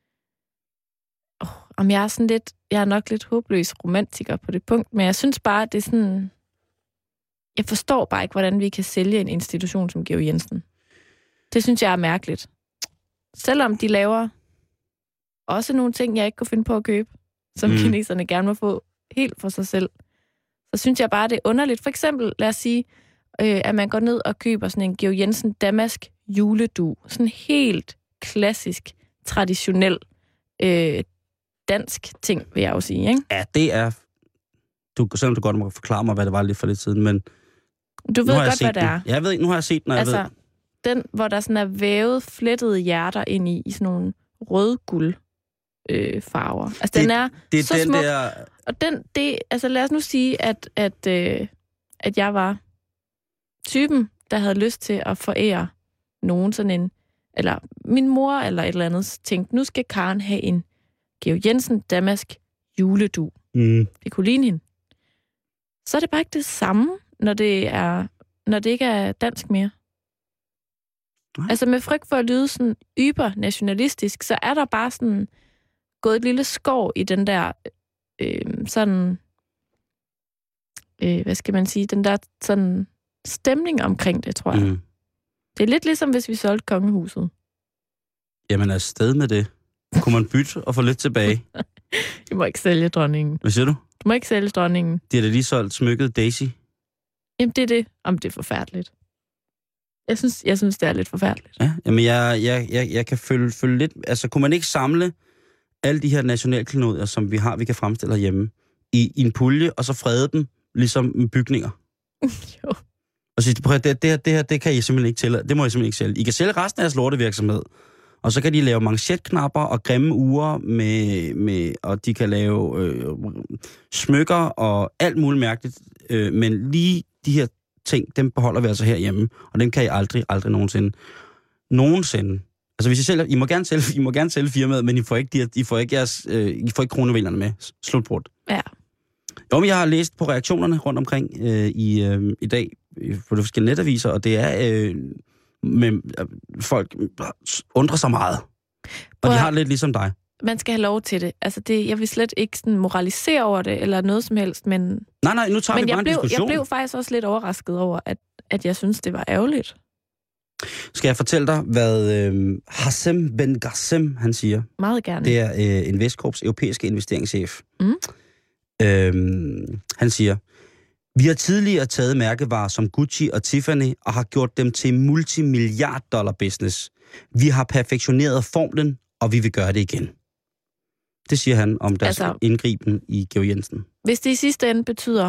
Oh, om jeg er sådan lidt... Jeg er nok lidt håbløs romantiker på det punkt, men jeg synes bare, det er sådan... Jeg forstår bare ikke, hvordan vi kan sælge en institution som Georg Jensen. Det synes jeg er mærkeligt. Selvom de laver også nogle ting, jeg ikke kunne finde på at købe, som mm. kineserne gerne må få helt for sig selv, så synes jeg bare, det er underligt. For eksempel, lad os sige, øh, at man går ned og køber sådan en Georg Jensen damask juledu. Sådan helt klassisk, traditionel øh, dansk ting, vil jeg jo sige, ikke? Ja, det er... Du, selvom du godt må forklare mig, hvad det var lidt for lidt siden, men... Du ved godt, hvad det er. Ja, jeg ved, nu har jeg set den, og altså, jeg ved... den, hvor der sådan er vævet, flettede hjerter ind i, i sådan nogle rød-guld øh, farver. Altså, det, den er det er så den smuk. Der... Og den, det, altså lad os nu sige, at, at, øh, at jeg var typen, der havde lyst til at forære nogen sådan en eller min mor eller et eller andet tænkte, nu skal Karen have en Georg Jensen Damask juledu. Mm. Det kunne ligne hende. Så er det bare ikke det samme, når det, er, når det ikke er dansk mere. Nej. Altså med frygt for at lyde sådan yber-nationalistisk, så er der bare sådan gået et lille skår i den der øh, sådan, øh, hvad skal man sige, den der sådan stemning omkring det, tror jeg. Mm. Det er lidt ligesom, hvis vi solgte kongehuset. Jamen, afsted med det. Kunne man bytte og få lidt tilbage? Du må ikke sælge dronningen. Hvad siger du? Du må ikke sælge dronningen. De har da lige solgt smykket Daisy. Jamen, det er det. Om det er forfærdeligt. Jeg synes, jeg synes det er lidt forfærdeligt. Ja, jamen jeg, jeg, jeg, jeg kan følge, følge lidt... Altså, kunne man ikke samle alle de her nationalklenodier, som vi har, vi kan fremstille herhjemme, i, i en pulje, og så frede dem, ligesom bygninger? Jo. Og sige, prøv, det, det, her, det her, det kan I simpelthen ikke tælle. Det må I simpelthen ikke sælge. I kan sælge resten af jeres lortevirksomhed. Og så kan de lave manchetknapper og grimme ure, med, med, og de kan lave øh, smykker og alt muligt mærkeligt. Øh, men lige de her ting, dem beholder vi altså herhjemme. Og dem kan I aldrig, aldrig nogensinde. Nogensinde. Altså hvis I sælger, I må gerne sælge, I må gerne sælge firmaet, men I får ikke, de, I får ikke, jeres, øh, I får ikke kronevælgerne med. Slutbrud. Ja. Jo, men jeg har læst på reaktionerne rundt omkring øh, i, øh, i dag på de forskellige netaviser, og det er... Øh, men folk undrer sig meget. Og de har det lidt ligesom dig. Man skal have lov til det. Altså det, jeg vil slet ikke sådan moralisere over det, eller noget som helst, men... Nej, nej, nu tager men vi bare jeg en blev, diskussion. jeg blev faktisk også lidt overrasket over, at, at jeg synes, det var ærgerligt. Skal jeg fortælle dig, hvad øh, Hassem Ben Gassem, han siger? Meget gerne. Det er øh, Investcorps europæiske investeringschef. Mm. Øhm, han siger... Vi har tidligere taget mærkevarer som Gucci og Tiffany og har gjort dem til multimilliard dollar business. Vi har perfektioneret formlen, og vi vil gøre det igen. Det siger han om deres altså, indgriben i Georg Jensen. Hvis det i sidste ende betyder...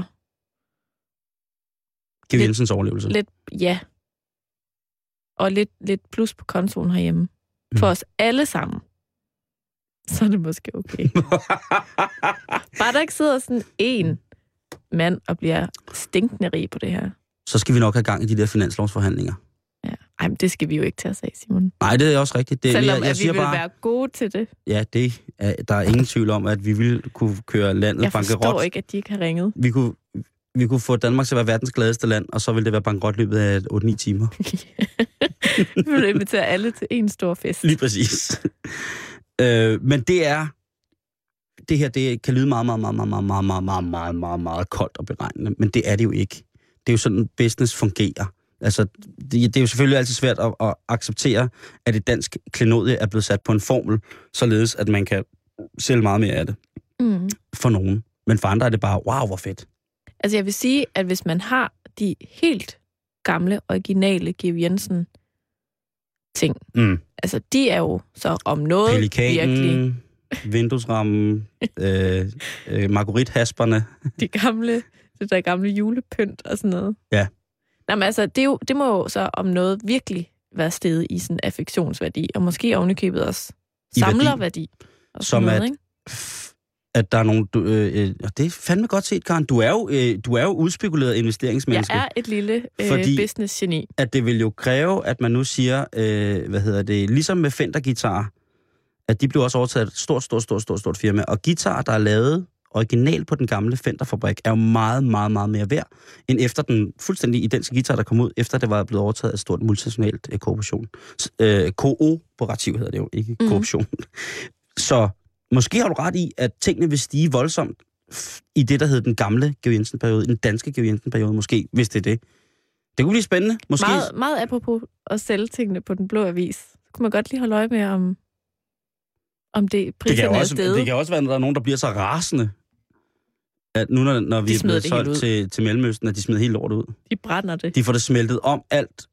Georg lidt, Jensens overlevelse. Lidt, ja. Og lidt, lidt plus på kontoen herhjemme. For mm. os alle sammen. Så er det måske okay. Bare der ikke sidder sådan en mand og bliver stinkende rig på det her. Så skal vi nok have gang i de der finanslovsforhandlinger. Ja, ej, men det skal vi jo ikke tage os af, Simon. Nej, det er også rigtigt. Det, Selvom jeg, jeg at vi siger vil bare, være gode til det. Ja, det er, der er ingen tvivl om, at vi ville kunne køre landet jeg bankerot. Jeg forstår ikke, at de ikke har ringet. Vi kunne, vi kunne få Danmark til at være verdens gladeste land, og så ville det være bankerot løbet af otte ni timer. Vi vil invitere alle til en stor fest. Lige præcis. øh, men det er... Det her, det kan lyde meget, meget, meget, meget, meget, meget, meget, meget, meget, meget, meget koldt og beregnende, men det er det jo ikke. Det er jo sådan, business fungerer. Altså, det, det er jo selvfølgelig altid svært at, at acceptere, at et dansk klenodie er blevet sat på en formel, således at man kan sælge meget mere af det. Mm. For nogen. Men for andre er det bare, wow, hvor fedt. Altså, jeg vil sige, at hvis man har de helt gamle, originale Georg Jensen ting, mm. altså, de er jo så om noget Pelikanen. Virkelig... Vinduesrammen, øh, øh, marguerite-hasperne. De gamle, det der gamle julepynt og sådan noget. Ja. Nå, men altså, det, er jo, det må jo så om noget virkelig være steget i sådan affektionsværdi, og måske ovenikøbet også samlerværdi. Som noget, at, ikke? at der er nogle... Du, øh, det er fandme godt set, Karen. Du er jo, øh, du er jo udspekuleret investeringsmenneske. Jeg er et lille øh, business-geni. At det vil jo kræve, at man nu siger, øh, hvad hedder det, ligesom med Fender-guitar, at de blev også overtaget af et stort, stort, stort, stort, stort firma. Og guitar, der er lavet original på den gamle Fender-fabrik, er jo meget, meget, meget mere værd, end efter den fuldstændig identiske guitar, der kom ud, efter det var blevet overtaget af et stort multinationalt øh, korporation. Øh, kooperativ hedder det jo, ikke mm. korruption. Så måske har du ret i, at tingene vil stige voldsomt i det, der hed den gamle Georg Jensen-periode, den danske Georg Jensen-periode måske, hvis det er det. Det kunne blive spændende. Måske... Meget, meget apropos at sælge tingene på den blå avis. Så kunne man godt lige holde øje med, om om det priserne er stedet. Det kan også være, at der er nogen, der bliver så rasende, at nu når, når vi er blevet solgt til, til Mellemøsten, at de smider helt lort ud. De brænder det. De får det smeltet om alt.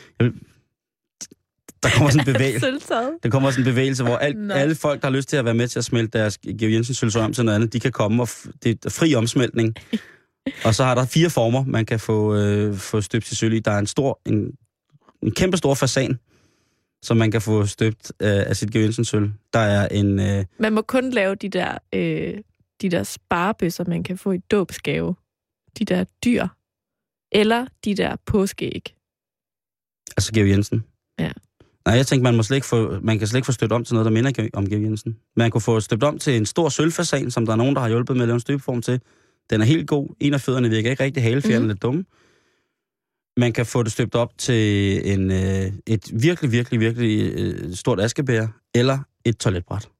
Der kommer sådan en bevægelse. Der kommer sådan en bevægelse, hvor alt, alle folk, der har lyst til at være med til at smelte deres Georg Jensen sølvsøj om til noget andet, de kan komme, og f- det er fri omsmeltning. Og så har der fire former, man kan få, øh, få støbt til sølv i. Der er en stor, en, en kæmpe stor fasan, som man kan få støbt øh, af sit Georg Jensen sølv. Der er en... Øh... Man må kun lave de der, øh, de der sparebøsser, man kan få i dåbsgave. De der dyr. Eller de der påskeæg. Altså Georg Jensen? Ja. Nej, jeg tænkte, man, må slet ikke få, man kan slet ikke få støbt om til noget, der minder om Georg Jensen. Man kunne få støbt om til en stor sølvfasan, som der er nogen, der har hjulpet med at lave en støbeform til. Den er helt god. En af fødderne virker ikke rigtig, halefjerne mm. lidt dumme. Man kan få det støbt op til en, øh, et virkelig, virkelig, virkelig øh, stort askebær, eller et toiletbræt.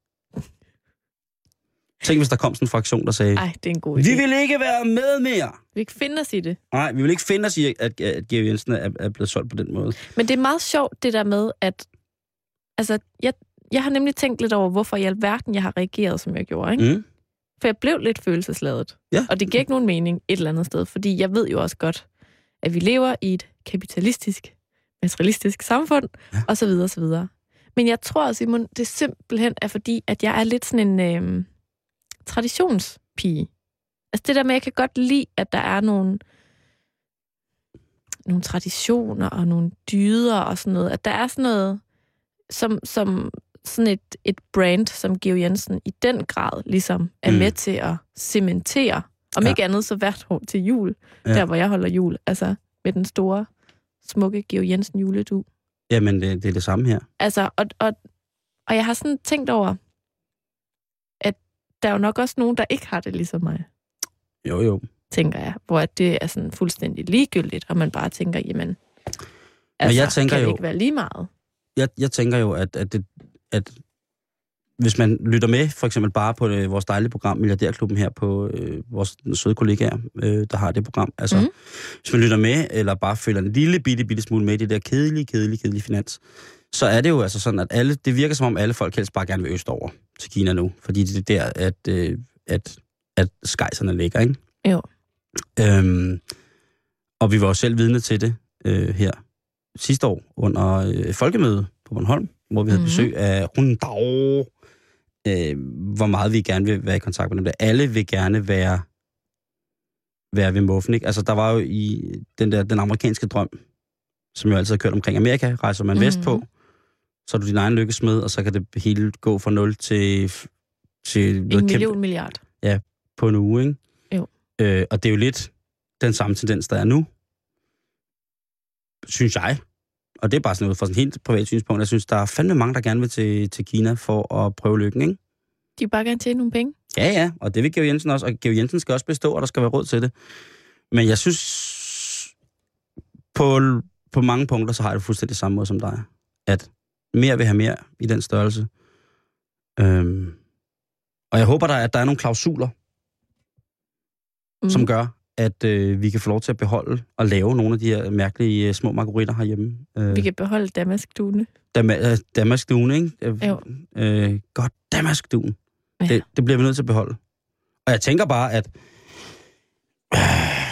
Tænk, hvis der kom sådan en fraktion, der sagde, Ej, det er en god idé. Vi vil ikke være med mere. Vi vil ikke finde os i det. Nej, vi vil ikke finde os i, at, at Georg Jensen er, er blevet solgt på den måde. Men det er meget sjovt, det der med, at altså, jeg, jeg har nemlig tænkt lidt over, hvorfor i alverden jeg har reageret, som jeg gjorde, ikke? Mm. For jeg blev lidt følelsesladet. Ja. Og det giver ikke nogen mening et eller andet sted, fordi jeg ved jo også godt, at vi lever i et kapitalistisk, materialistisk samfund, ja. og så videre, og så videre. Men jeg tror, Simon, det simpelthen er fordi, at jeg er lidt sådan en øh, traditionspige. Altså det der med, at jeg kan godt lide, at der er nogle, nogle traditioner og nogle dyder og sådan noget. At der er sådan noget, som, som sådan et, et brand, som Georg Jensen i den grad ligesom er mm. med til at cementere. Om ja. ikke andet, så hvert år til jul, ja. der hvor jeg holder jul. Altså med den store, smukke Georg Jensen juledu. Jamen, det, det er det samme her. Altså, og, og, og jeg har sådan tænkt over, at der er jo nok også nogen, der ikke har det ligesom mig. Jo, jo. Tænker jeg. Hvor det er sådan fuldstændig ligegyldigt, og man bare tænker, jamen, altså, Men jeg tænker kan det jo, ikke være lige meget? Jeg, jeg tænker jo, at, at, det, at hvis man lytter med, for eksempel bare på det, vores dejlige program, Milliardærklubben her, på øh, vores søde kollegaer, øh, der har det program. Altså, mm. hvis man lytter med, eller bare følger en lille bitte, bitte smule med i det der kedelige, kedelige, kedelige finans, så er det jo altså sådan, at alle, det virker som om alle folk helst bare gerne vil østover til Kina nu. Fordi det er der, at, øh, at, at skejserne ligger, ikke? Jo. Øhm, og vi var jo selv vidne til det øh, her sidste år under øh, folkemødet på Bornholm, hvor vi havde mm-hmm. besøg af Rundau, øh, hvor meget vi gerne vil være i kontakt med dem. Alle vil gerne være, være ved muffen, ikke? Altså, der var jo i den der den amerikanske drøm, som jo altid har kørt omkring Amerika, rejser man mm-hmm. vestpå, så er du din egen lykkesmed, og så kan det hele gå fra nul til... til en million kæmpe, milliard. Ja, på en uge, ikke? Jo. Øh, og det er jo lidt den samme tendens, der er nu, synes jeg. Og det er bare sådan noget fra sådan et helt privat synspunkt. Jeg synes, der er fandme mange, der gerne vil til, til Kina for at prøve lykken, ikke? De vil bare gerne tjene nogle penge. Ja, ja, og det vil Georg Jensen også. Og Georg Jensen skal også bestå, og der skal være råd til det. Men jeg synes, på, på mange punkter, så har jeg det fuldstændig samme måde som dig. At mere vil have mere i den størrelse. Øhm, og jeg håber, der, at der er nogle klausuler, mm. som gør, at øh, vi kan få lov til at beholde og lave nogle af de her mærkelige øh, små margaritter herhjemme. Øh, vi kan beholde damaskduene. Dam- øh, damaskduen, ikke? Øh, jo. Øh, godt, damaskduen. Ja. Det, det bliver vi nødt til at beholde. Og jeg tænker bare, at... Øh,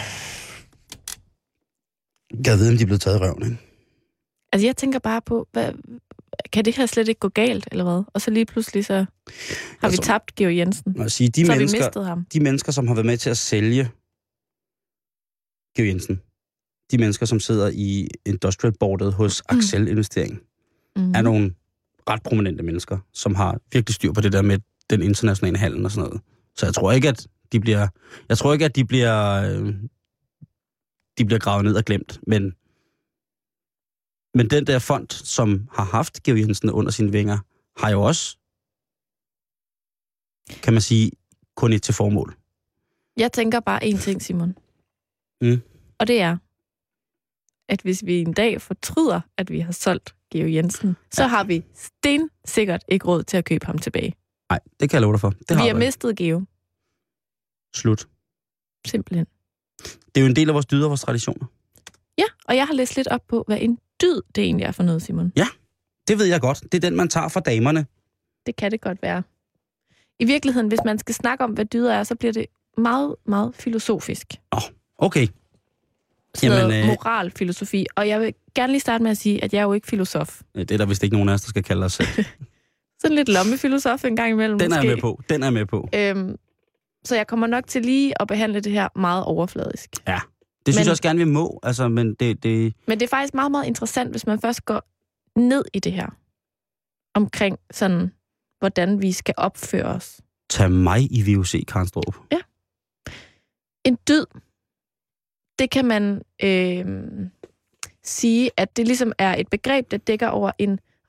jeg ved, om de er blevet taget i røven, ikke? Altså, jeg tænker bare på, hvad, kan det her slet ikke gå galt, eller hvad? Og så lige pludselig, så har altså, vi tabt Georg Jensen. Sige, de så har mennesker, vi mistet ham. De mennesker, som har været med til at sælge Georg Jensen, de mennesker, som sidder i industrial boardet hos mm. Axel Investering, mm. er nogle ret prominente mennesker, som har virkelig styr på det der med den internationale handel og sådan noget. Så jeg tror ikke, at de bliver, jeg tror ikke, at de bliver, de bliver gravet ned og glemt, men Men den der fond, som har haft Georg Jensen under sine vinger, har jo også, kan man sige, kun et til formål. Jeg tænker bare én ting, Simon. Mm. Og det er, at hvis vi en dag fortryder, at vi har solgt Georg Jensen, så ja. har vi stensikkert ikke råd til at købe ham tilbage. Nej, det kan jeg love dig for. Det vi har har mistet Georg. Slut. Simpelthen. Det er jo en del af vores dyder og vores traditioner. Ja, og jeg har læst lidt op på, hvad en dyd det egentlig er for noget, Simon. Ja, det ved jeg godt. Det er den, man tager fra damerne. Det kan det godt være. I virkeligheden, hvis man skal snakke om, hvad dyder er, så bliver det meget, meget filosofisk. Åh, oh, okay. Sådan Jamen, noget øh... moralfilosofi. Og jeg vil gerne lige starte med at sige, at jeg er jo ikke filosof. Det er der vist ikke nogen af os, der skal kalde os selv. Sådan lidt lommefilosof en gang imellem. Den er måske. jeg med på. Den er jeg med på. Øhm, så jeg kommer nok til lige at behandle det her meget overfladisk. Ja. Det synes men, jeg også gerne, vi må. Altså, men, det, det... men det er faktisk meget, meget interessant, hvis man først går ned i det her. Omkring sådan, hvordan vi skal opføre os. Tag mig i V U C, Karen Straarup. Ja. En dyd, det kan man øh, sige, at det ligesom er et begreb, der dækker over en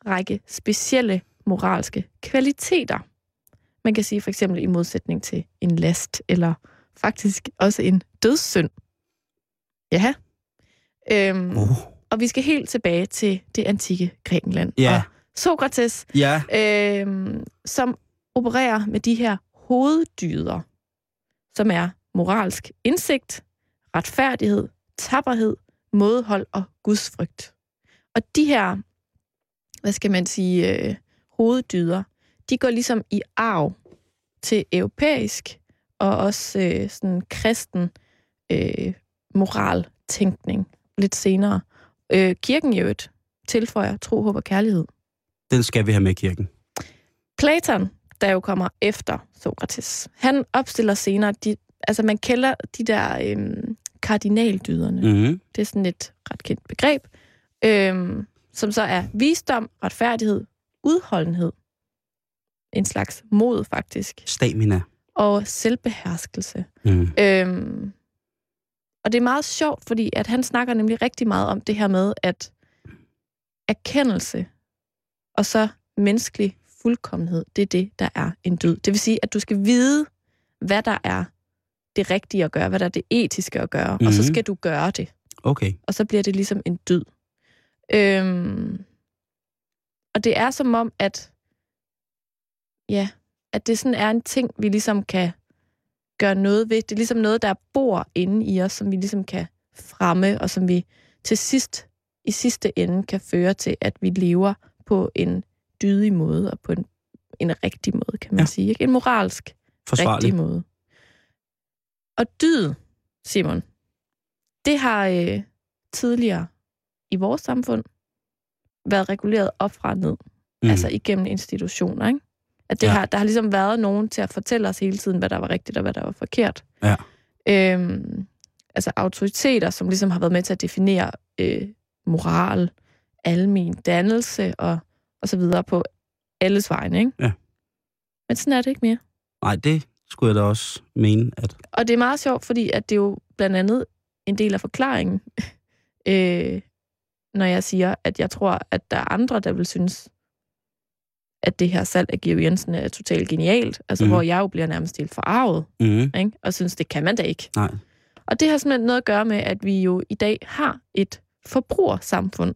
række specielle moralske kvaliteter. Man kan sige for eksempel i modsætning til en last, eller faktisk også en dødssynd. Ja. Øhm, Oh. Og vi skal helt tilbage til det antikke Grækenland. Ja. Og Sokrates, Ja. øhm, som opererer med de her hoveddyder, som er moralsk indsigt, retfærdighed, tapperhed, mådehold og gudsfrygt. Og de her, hvad skal man sige, øh, hoveddyder, de går ligesom i arv til europæisk og også øh, sådan kristen øh, moraltænkning lidt senere. Øh, kirken i øvrigt tilføjer tro, håb og kærlighed. Den skal vi have med i kirken. Platon, der jo kommer efter Sokrates, han opstiller senere, de, altså man kalder de der øhm, kardinaldyderne. Mm-hmm. Det er sådan et ret kendt begreb, øhm, som så er visdom, retfærdighed, udholdenhed, en slags mod faktisk, Stamina. og selvbeherskelse. Mm. Øhm, og det er meget sjovt, fordi at han snakker nemlig rigtig meget om det her med, at erkendelse og så menneskelig fuldkommenhed, det er det, der er en dyd. Det vil sige, at du skal vide, hvad der er det rigtige at gøre, hvad der er det etiske at gøre, mm-hmm. og så skal du gøre det. Okay. Og så bliver det ligesom en dyd. Øhm, og det er som om, at ja, at det sådan er en ting, vi ligesom kan gøre noget ved. Det er ligesom noget, der bor inde i os, som vi ligesom kan fremme, og som vi til sidst, i sidste ende, kan føre til, at vi lever på en dydig måde, og på en, en rigtig måde, kan man ja. sige. Ikke? En moralsk rigtig måde. Og dyd, Simon, det har øh, tidligere i vores samfund været reguleret op fra ned. Mm. Altså igennem institutioner, ikke? At det ja. har, der har ligesom været nogen til at fortælle os hele tiden, hvad der var rigtigt og hvad der var forkert. Ja. Øhm, altså autoriteter, som ligesom har været med til at definere øh, moral, almen dannelse og, og så videre på alles vegne, ikke? Ja. Men sådan er det ikke mere. Nej, det skulle jeg da også mene, at... Og det er meget sjovt, fordi at det er jo blandt andet en del af forklaringen, øh, når jeg siger, at jeg tror, at der er andre, der vil synes, at det her salg af Georg Jensen er totalt genialt. Altså, mm. hvor jeg jo bliver nærmest helt forarvet, mm. ikke? Og synes, det kan man da ikke. Nej. Og det har simpelthen noget at gøre med, at vi jo i dag har et forbrugersamfund.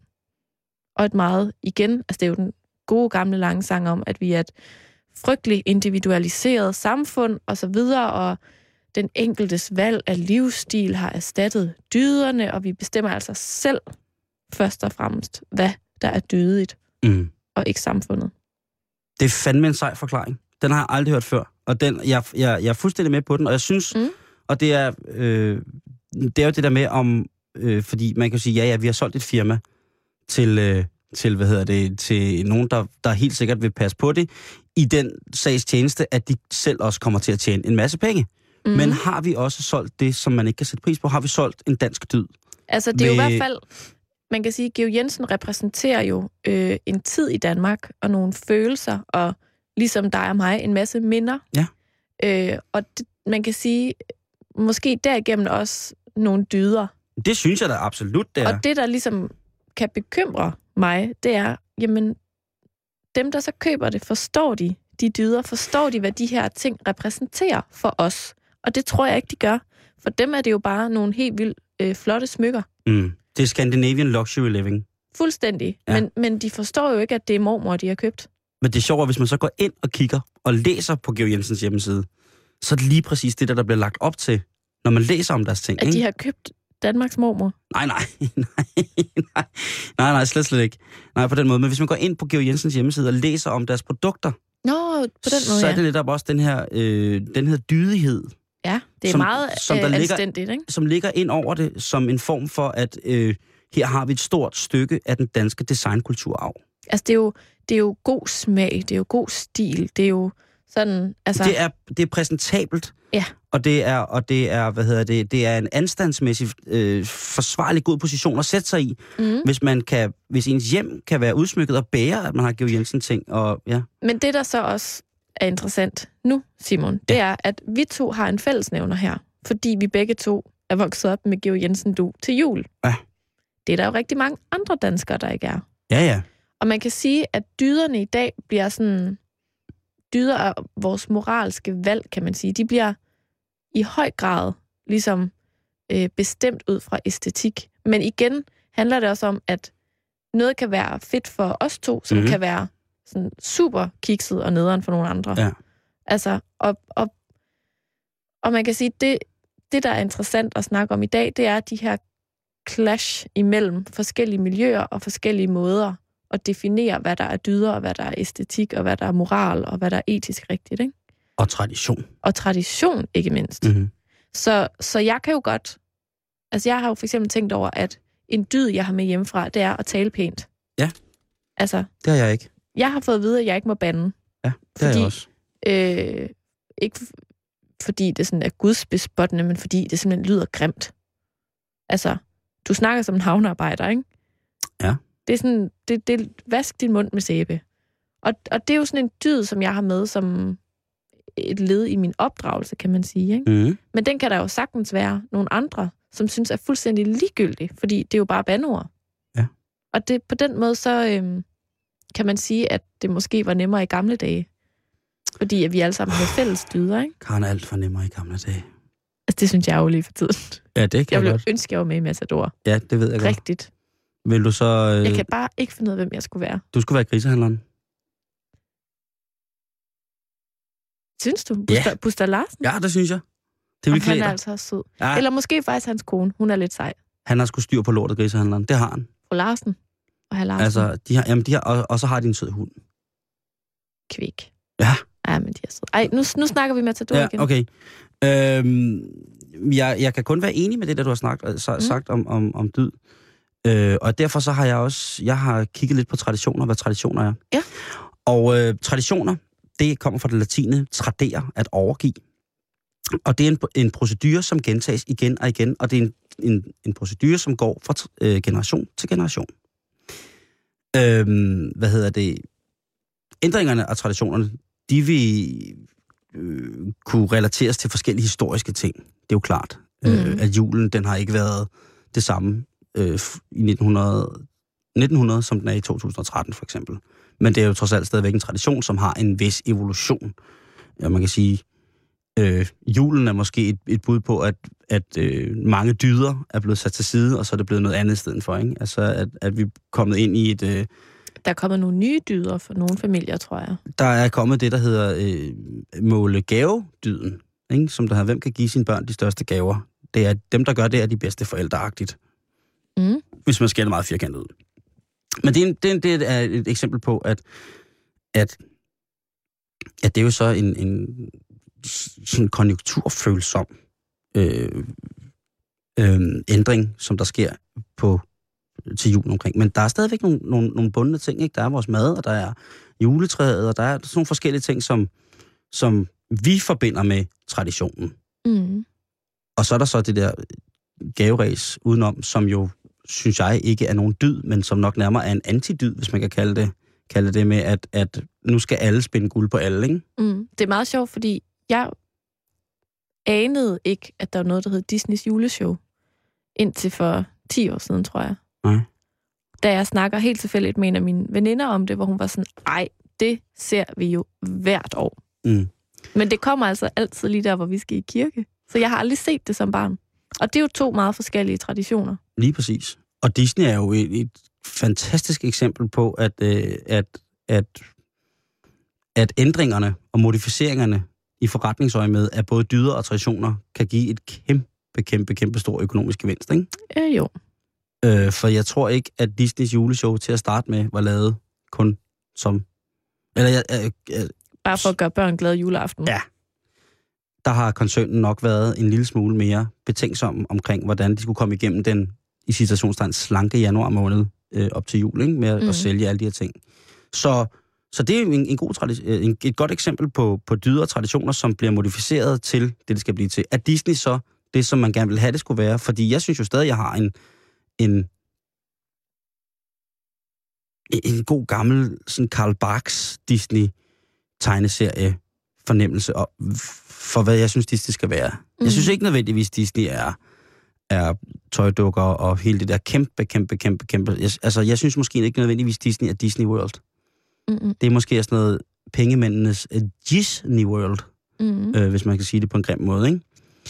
Og et meget, igen, altså det er jo den gode gamle lange sang om, at vi er et frygteligt individualiseret samfund, og så videre, og den enkeltes valg af livsstil har erstattet dyderne, og vi bestemmer altså selv først og fremmest, hvad der er dydigt, mm. og ikke samfundet. Det er fandme en sej forklaring. Den har jeg aldrig hørt før, og den, jeg, jeg, jeg er fuldstændig med på den, og jeg synes, mm. og det er, øh, det er jo det der med om, øh, fordi man kan sige, ja, ja, vi har solgt et firma til, øh, til hvad hedder det, til nogen, der, der helt sikkert vil passe på det, i den sags tjeneste, at de selv også kommer til at tjene en masse penge. Mm. Men har vi også solgt det, som man ikke kan sætte pris på? Har vi solgt en dansk dyd? Altså, det er med... jo i hvert fald, man kan sige, at Georg Jensen repræsenterer jo øh, en tid i Danmark, og nogle følelser, og ligesom dig og mig, en masse minder. Ja. Øh, og det, man kan sige, måske derigennem også nogle dyder. Det synes jeg da absolut, det er. Og det, der ligesom kan bekymre mig, det er, jamen, dem, der så køber det, forstår de de dyder? Forstår de, hvad de her ting repræsenterer for os? Og det tror jeg ikke, de gør. For dem er det jo bare nogle helt vildt øh, flotte smykker. Mm. Det er Scandinavian luxury living. Fuldstændig. Ja. Men, men de forstår jo ikke, at det er mormor, de har købt. Men det er sjovt, hvis man så går ind og kigger og læser på Georg Jensens hjemmeside, så er det lige præcis det, der, der bliver lagt op til, når man læser om deres ting. At ikke? de har købt Danmarks mormor? Nej, nej, nej, nej, nej, nej, slet, slet ikke. Nej, på den måde. Men hvis man går ind på Georg Jensens hjemmeside og læser om deres produkter, Nå, på den måde, så er ja. det netop også den her, øh, den her dydighed. Ja, det er som, meget som der øh, ligger, anstændigt, ikke? Som ligger ind over det som en form for, at øh, her har vi et stort stykke af den danske designkulturarv. Altså, det er, jo, det er jo god smag, det er jo god stil, det er jo sådan, altså... Det er, det er præsentabelt, ja. og det er, og det er, hvad hedder det, det er en anstandsmæssig, øh, forsvarlig god position at sætte sig i, mm. hvis man kan, hvis ens hjem kan være udsmykket og bære, at man har Georg Jensen ting, og ja. Men det, der så også er interessant nu, Simon, det ja. er, at vi to har en fællesnævner her, fordi vi begge to er vokset op med Georg Jensen du til jul. Ja. Det er der jo rigtig mange andre danskere, der ikke er. Ja, ja. Og man kan sige, at dyderne i dag bliver sådan... Dyder af vores moralske valg, kan man sige. De bliver i høj grad ligesom øh, bestemt ud fra æstetik. Men igen handler det også om, at noget kan være fedt for os to, som mm-hmm. kan være sådan super kikset og nederen for nogle andre. Ja. Altså, og, og, og man kan sige, det, det, der er interessant at snakke om i dag, det er de her clash imellem forskellige miljøer og forskellige måder at definere, hvad der er dyder, og hvad der er æstetik, og hvad der er moral, og hvad der er etisk rigtigt, ikke? Og tradition. Og tradition, ikke mindst. Mm-hmm. Så, så jeg kan jo godt... Altså, jeg har jo for eksempel tænkt over, at en dyd, jeg har med hjemmefra, det er at tale pænt. Ja. Altså... Det har jeg ikke. Jeg har fået at vide, at jeg ikke må bande. Ja, det fordi, har jeg også. Øh, ikke fordi det sådan er gudsbespottende, men fordi det simpelthen lyder grimt. Altså, du snakker som en havnearbejder, ikke? Ja. Det er sådan, det, det vask din mund med sæbe. Og, og det er jo sådan en dyd, som jeg har med som et led i min opdragelse, kan man sige, ikke? Mm. Men den kan der jo sagtens være nogle andre, som synes er fuldstændig ligegyldig, fordi det er jo bare bandeord. Ja. Og det, på den måde, så øhm, kan man sige, at det måske var nemmere i gamle dage. Fordi at vi alle sammen havde fælles dyder, ikke? Karen, alt var nemmere i gamle dage. Altså, det synes jeg jo lige for tiden. Ja, det kan jeg, jeg godt. ville ønske, jeg var med i Matador. Ja, det ved jeg godt. Rigtigt. Vil du så... Øh... Jeg kan bare ikke finde ud af, hvem jeg skulle være. Du skulle være grisehandleren. Synes du? Buster, ja. Buster Larsen? Ja, det synes jeg. Det vil han er altså også sød. Ja. Eller måske faktisk hans kone. Hun er lidt sej. Han har sgu styr på lortet, grisehandleren. Det har han. Fru Larsen og herr Larsen. Altså, de har, jamen, de har, og, og så har de en sød hund. Kvik. Ja. Ja, men de er søde. Ej, nu, nu snakker vi Matador ja, igen. okay. Øhm, jeg, jeg kan kun være enig med det, der du har snakket, så, mm. sagt om, om, om dyd. Øh, og derfor så har jeg også, jeg har kigget lidt på traditioner, hvad traditioner er. Ja. Og øh, traditioner, det kommer fra det latine tradere, at overgive. Og det er en, en procedure, som gentages igen og igen, og det er en, en, en procedure, som går fra øh, generation til generation. Øhm, hvad hedder det? Ændringerne af traditionerne, de vil øh, kunne relateres til forskellige historiske ting. Det er jo klart, mm. øh, at julen, den har ikke været det samme øh, i nitten hundrede, nitten hundrede, som den er i to tusind og tretten for eksempel. Men det er jo trods alt stadigvæk en tradition, som har en vis evolution. Ja, man kan sige, øh, julen er måske et, et bud på, at, at øh, mange dyder er blevet sat til side, og så er det blevet noget andet i stedet for, ikke? Altså, at, at vi er kommet ind i et... Øh, der er kommet nogle nye dyder for nogle familier, tror jeg. Der er kommet det, der hedder øh, måle-gave-dyden, ikke? Som der har, hvem kan give sine børn de største gaver. Det er dem, der gør det, er de bedste forældreagtigt. Mm. Hvis man skærer det meget firkantet ud. Men det er, det, det er et eksempel på, at, at, at det er jo så en, en sådan konjunkturfølsom øh, øh, ændring, som der sker på til julen omkring. Men der er stadigvæk nogle, nogle, nogle bundne ting, ikke? Der er vores mad, og der er juletræet, og der er sådan nogle forskellige ting, som, som vi forbinder med traditionen. Mm. Og så er der så det der gaveræs udenom, som jo, synes jeg, ikke er nogen dyd, men som nok nærmere er en antidyd, hvis man kan kalde det, kalde det med, at, at nu skal alle spinde guld på alle, ikke? Mm. Det er meget sjovt, fordi jeg anede ikke, at der var noget, der hed Disneys juleshow, indtil for ti år siden, tror jeg. Nej. Da jeg snakker helt tilfældigt med en af mine veninder om det, hvor hun var sådan, ej, det ser vi jo hvert år. Mm. Men det kommer altså altid lige der, hvor vi skal i kirke. Så jeg har aldrig set det som barn. Og det er jo to meget forskellige traditioner. Lige præcis. Og Disney er jo et, et fantastisk eksempel på, at, øh, at, at, at ændringerne og modificeringerne i forretningsøje med, at både dyder og traditioner kan give et kæmpe, kæmpe, kæmpe stor økonomisk gevinst, ikke? Øh, jo. Øh, for jeg tror ikke, at Disneys juleshow til at starte med var lavet kun som... Eller, jeg, jeg, jeg, Bare for at gøre børn glade juleaften. Ja. Der har koncernen nok været en lille smule mere betænksom omkring, hvordan de skulle komme igennem den, i citationstegn, slanke januar måned øh, op til jul, ikke? Med mm. at sælge alle de her ting. Så, så det er en, en god tradi- en, et godt eksempel på, på dyder og traditioner, som bliver modificeret til det, det skal blive til. At Disney så det, som man gerne vil have, det skulle være. Fordi jeg synes jo stadig, jeg har en en, en god gammel sådan Karl Barks Disney-tegneserie fornemmelse for, hvad jeg synes, Disney skal være. Mm. Jeg synes ikke nødvendigvis, Disney er, er tøjdukker og hele det der kæmpe, kæmpe, kæmpe, kæmpe. Jeg, altså, jeg synes måske ikke nødvendigvis, Disney er Disney World. Mm-hmm. Det er måske sådan noget pengemændenes uh, Disney World, mm-hmm. øh, hvis man kan sige det på en grim måde, ikke?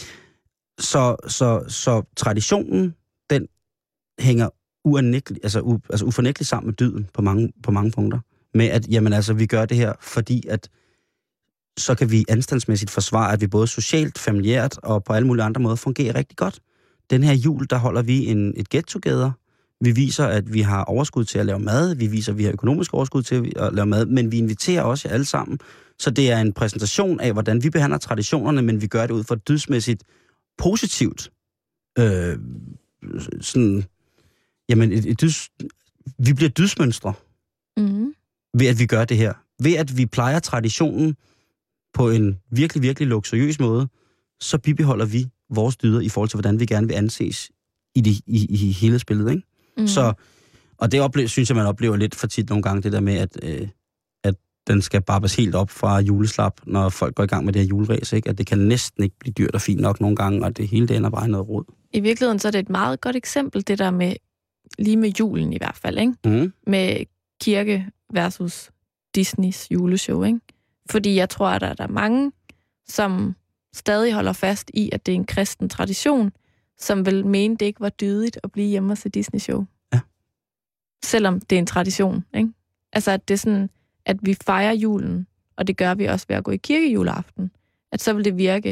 Så, så, så traditionen, den hænger uanægteligt, altså, u, altså ufornægteligt sammen med dyden på mange, på mange punkter. Med at, jamen altså, vi gør det her, fordi at så kan vi anstandsmæssigt forsvare, at vi både socialt, familiært og på alle mulige andre måder fungerer rigtig godt. Den her jul, der holder vi en, et get-together. Vi viser, at vi har overskud til at lave mad. Vi viser, at vi har økonomisk overskud til at lave mad. Men vi inviterer også alle sammen. Så det er en præsentation af, hvordan vi behandler traditionerne, men vi gør det ud fra et dydsmæssigt positivt. Øh, sådan, jamen, et, et dyds, vi bliver dydsmønstre mm. ved, at vi gør det her. Ved, at vi plejer traditionen på en virkelig, virkelig luksuriøs måde, så bibeholder vi vores dyder i forhold til, hvordan vi gerne vil anses i, de, i, i hele spillet, ikke? Mm. Så, og det oplever, synes jeg, man oplever lidt for tit nogle gange, det der med, at, øh, at den skal barbes helt op fra juleslap, når folk går i gang med det her juleræs, ikke? At det kan næsten ikke blive dyrt og fint nok nogle gange, og det hele det ender bare i noget rod. I virkeligheden så er det et meget godt eksempel, det der med, lige med julen i hvert fald, ikke? Mm. Med kirke versus Disneys juleshow, ikke? Fordi jeg tror, at der, der er mange, som stadig holder fast i, at det er en kristen tradition, som vil mene, det ikke var dydigt at blive hjemme og se Disney-show. Ja. Selvom det er en tradition, ikke? Altså, at det er sådan, at vi fejrer julen, og det gør vi også ved at gå i kirke juleaften, at så vil det virke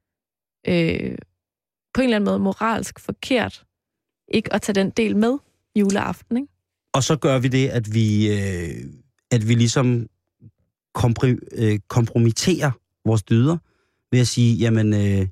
øh, på en eller anden måde moralsk forkert, ikke at tage den del med juleaften, ikke? Og så gør vi det, at vi, øh, at vi ligesom kompri- øh, kompromitterer vores dyder ved at sige, jamen, øh,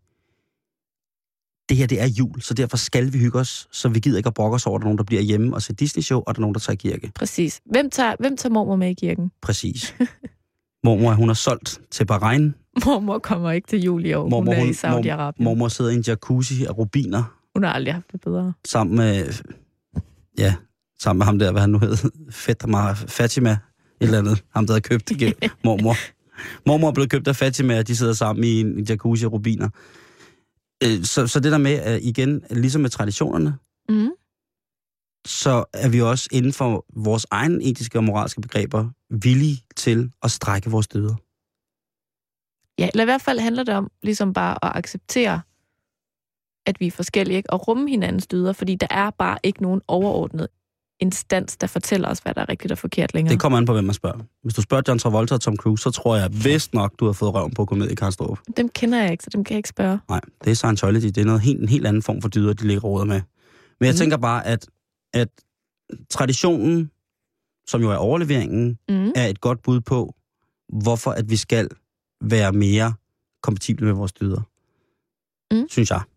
det her, det er jul, så derfor skal vi hygge os, så vi gider ikke at brokke os over, at der er nogen, der bliver hjemme og ser Disney-show, og der er nogen, der tager i kirke. Præcis. Hvem tager, hvem tager mormor med i kirken? Præcis. Mormor, hun er solgt til Bahrain. Mormor kommer ikke til jul i år. Mormor, hun er i Saudi-Arabien. Mormor sidder i en jacuzzi af rubiner. Hun har aldrig haft det bedre. Sammen med, ja, sammen med ham der, hvad han nu hed, Fatima, Fatima, et eller andet. Ham, der havde købt det, mormor. Mormor er blevet købt af Fatima, og de sidder sammen i en jacuzzi af rubiner. Så, så det der med, at igen, ligesom med traditionerne, mm. så er vi også inden for vores egne etiske og moralske begreber villige til at strække vores dyder. Ja, eller i hvert fald handler det om ligesom bare at acceptere, at vi er forskellige, ikke? Og rumme hinandens dyder, fordi der er bare ikke nogen overordnet instans, der fortæller os, hvad der er rigtigt og forkert længere. Det kommer an på, hvem man spørger. Hvis du spørger John Travolta og Tom Cruise, så tror jeg vist nok, du har fået røven på at gå med i Kastrup. Dem kender jeg ikke, så dem kan jeg ikke spørge. Nej, det er Scientology. Det er noget helt, en helt anden form for dyder, de ligger råder med. Men jeg mm. tænker bare, at, at traditionen, som jo er overleveringen, mm. er et godt bud på, hvorfor at vi skal være mere kompatible med vores dyder. Mm. Synes jeg.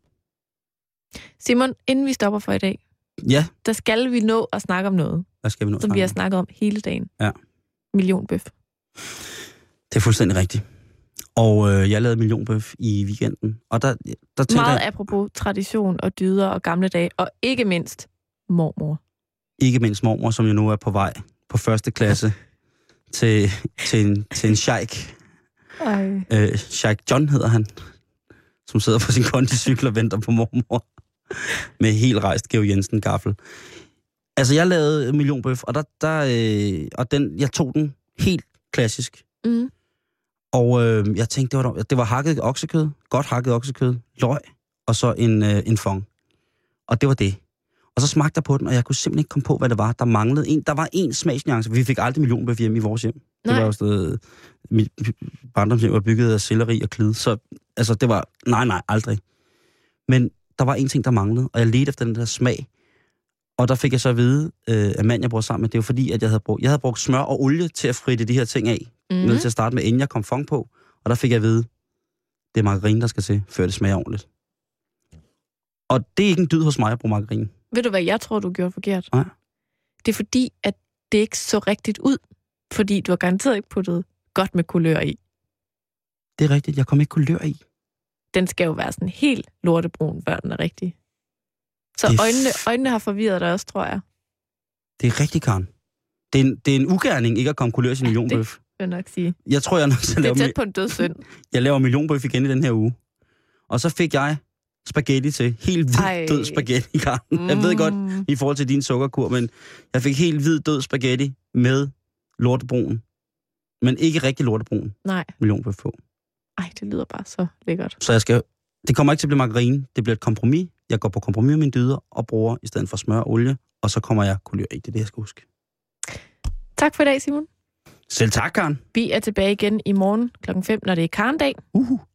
Simon, inden vi stopper for i dag, ja. Der skal vi nå at snakke om noget, Hvad skal vi nå som vi har snakket om hele dagen. Ja. Millionbøf. Det er fuldstændig rigtigt. Og øh, jeg lavede millionbøf i weekenden. Og der, der tænker Meget jeg, apropos tradition og dyder og gamle dage, og ikke mindst mormor. Ikke mindst mormor, som jo nu er på vej på første klasse til, til, en, til en sheik. Øh, Sheik John hedder han, som sidder på sin kondicykel og venter på mormor. Med helt rejst Georg Jensen gaffel. Altså, jeg lavede millionbøf, og, der, der, øh, og den, jeg tog den helt klassisk. Mm. Og øh, jeg tænkte, det var, det var hakket oksekød, godt hakket oksekød, løg, og så en, øh, en fong. Og det var det. Og så smagte jeg på den, og jeg kunne simpelthen ikke komme på, hvad det var. Der manglede en. Der var en smagsnuance. Vi fik aldrig millionbøf hjemme i vores hjem. Nej. Det var jo stedet, mit barndomshjem var bygget af selleri og klid. Så altså, det var, nej, nej, aldrig. Men der var en ting, der manglede, og jeg ledte efter den der smag. Og der fik jeg så at vide, øh, at manden, jeg bor sammen med, det var fordi, at jeg havde brugt, jeg havde brugt smør og olie til at fritte de her ting af. Mm. Nede til at starte med, inden jeg kom fong på. Og der fik jeg at vide, det er margarine, der skal til, før det smager ordentligt. Og det er ikke en dyd hos mig at bruge margarine. Ved du, hvad jeg tror, du gjorde forkert? Nej. Det er fordi, at det ikke så rigtigt ud. Fordi du har garanteret ikke puttet godt med kulør i. Det er rigtigt, jeg kom ikke kulør i. Den skal jo være sådan helt lortebrun, før den er rigtig. Så f- øjnene, øjnene har forvirret dig også, tror jeg. Det er rigtigt, Karen. Det er en, det er en ugerning ikke at komme kulør til millionbøf. Det vil jeg nok sige. Jeg tror, jeg er nok til at lave... Det er tæt på en død synd. Jeg laver millionbøf igen i den her uge. Og så fik jeg spaghetti til. Helt hvid, Ej. død spaghetti, Karen. Mm. Jeg ved godt, i forhold til din sukkerkur, men jeg fik helt hvid, død spaghetti med lortebrun. Men ikke rigtig lortebrun. Nej. Millionbøf på. Ej, det lyder bare så lækkert. Så jeg skal... Det kommer ikke til at blive margarine. Det bliver et kompromis. Jeg går på kompromis med mine dyder og bruger i stedet for smør og olie. Og så kommer jeg kulør i. Det er det, jeg skal huske. Tak for i dag, Simon. Selv tak, Karen. Vi er tilbage igen i morgen klokken fem, når det er Karendag. Uhu.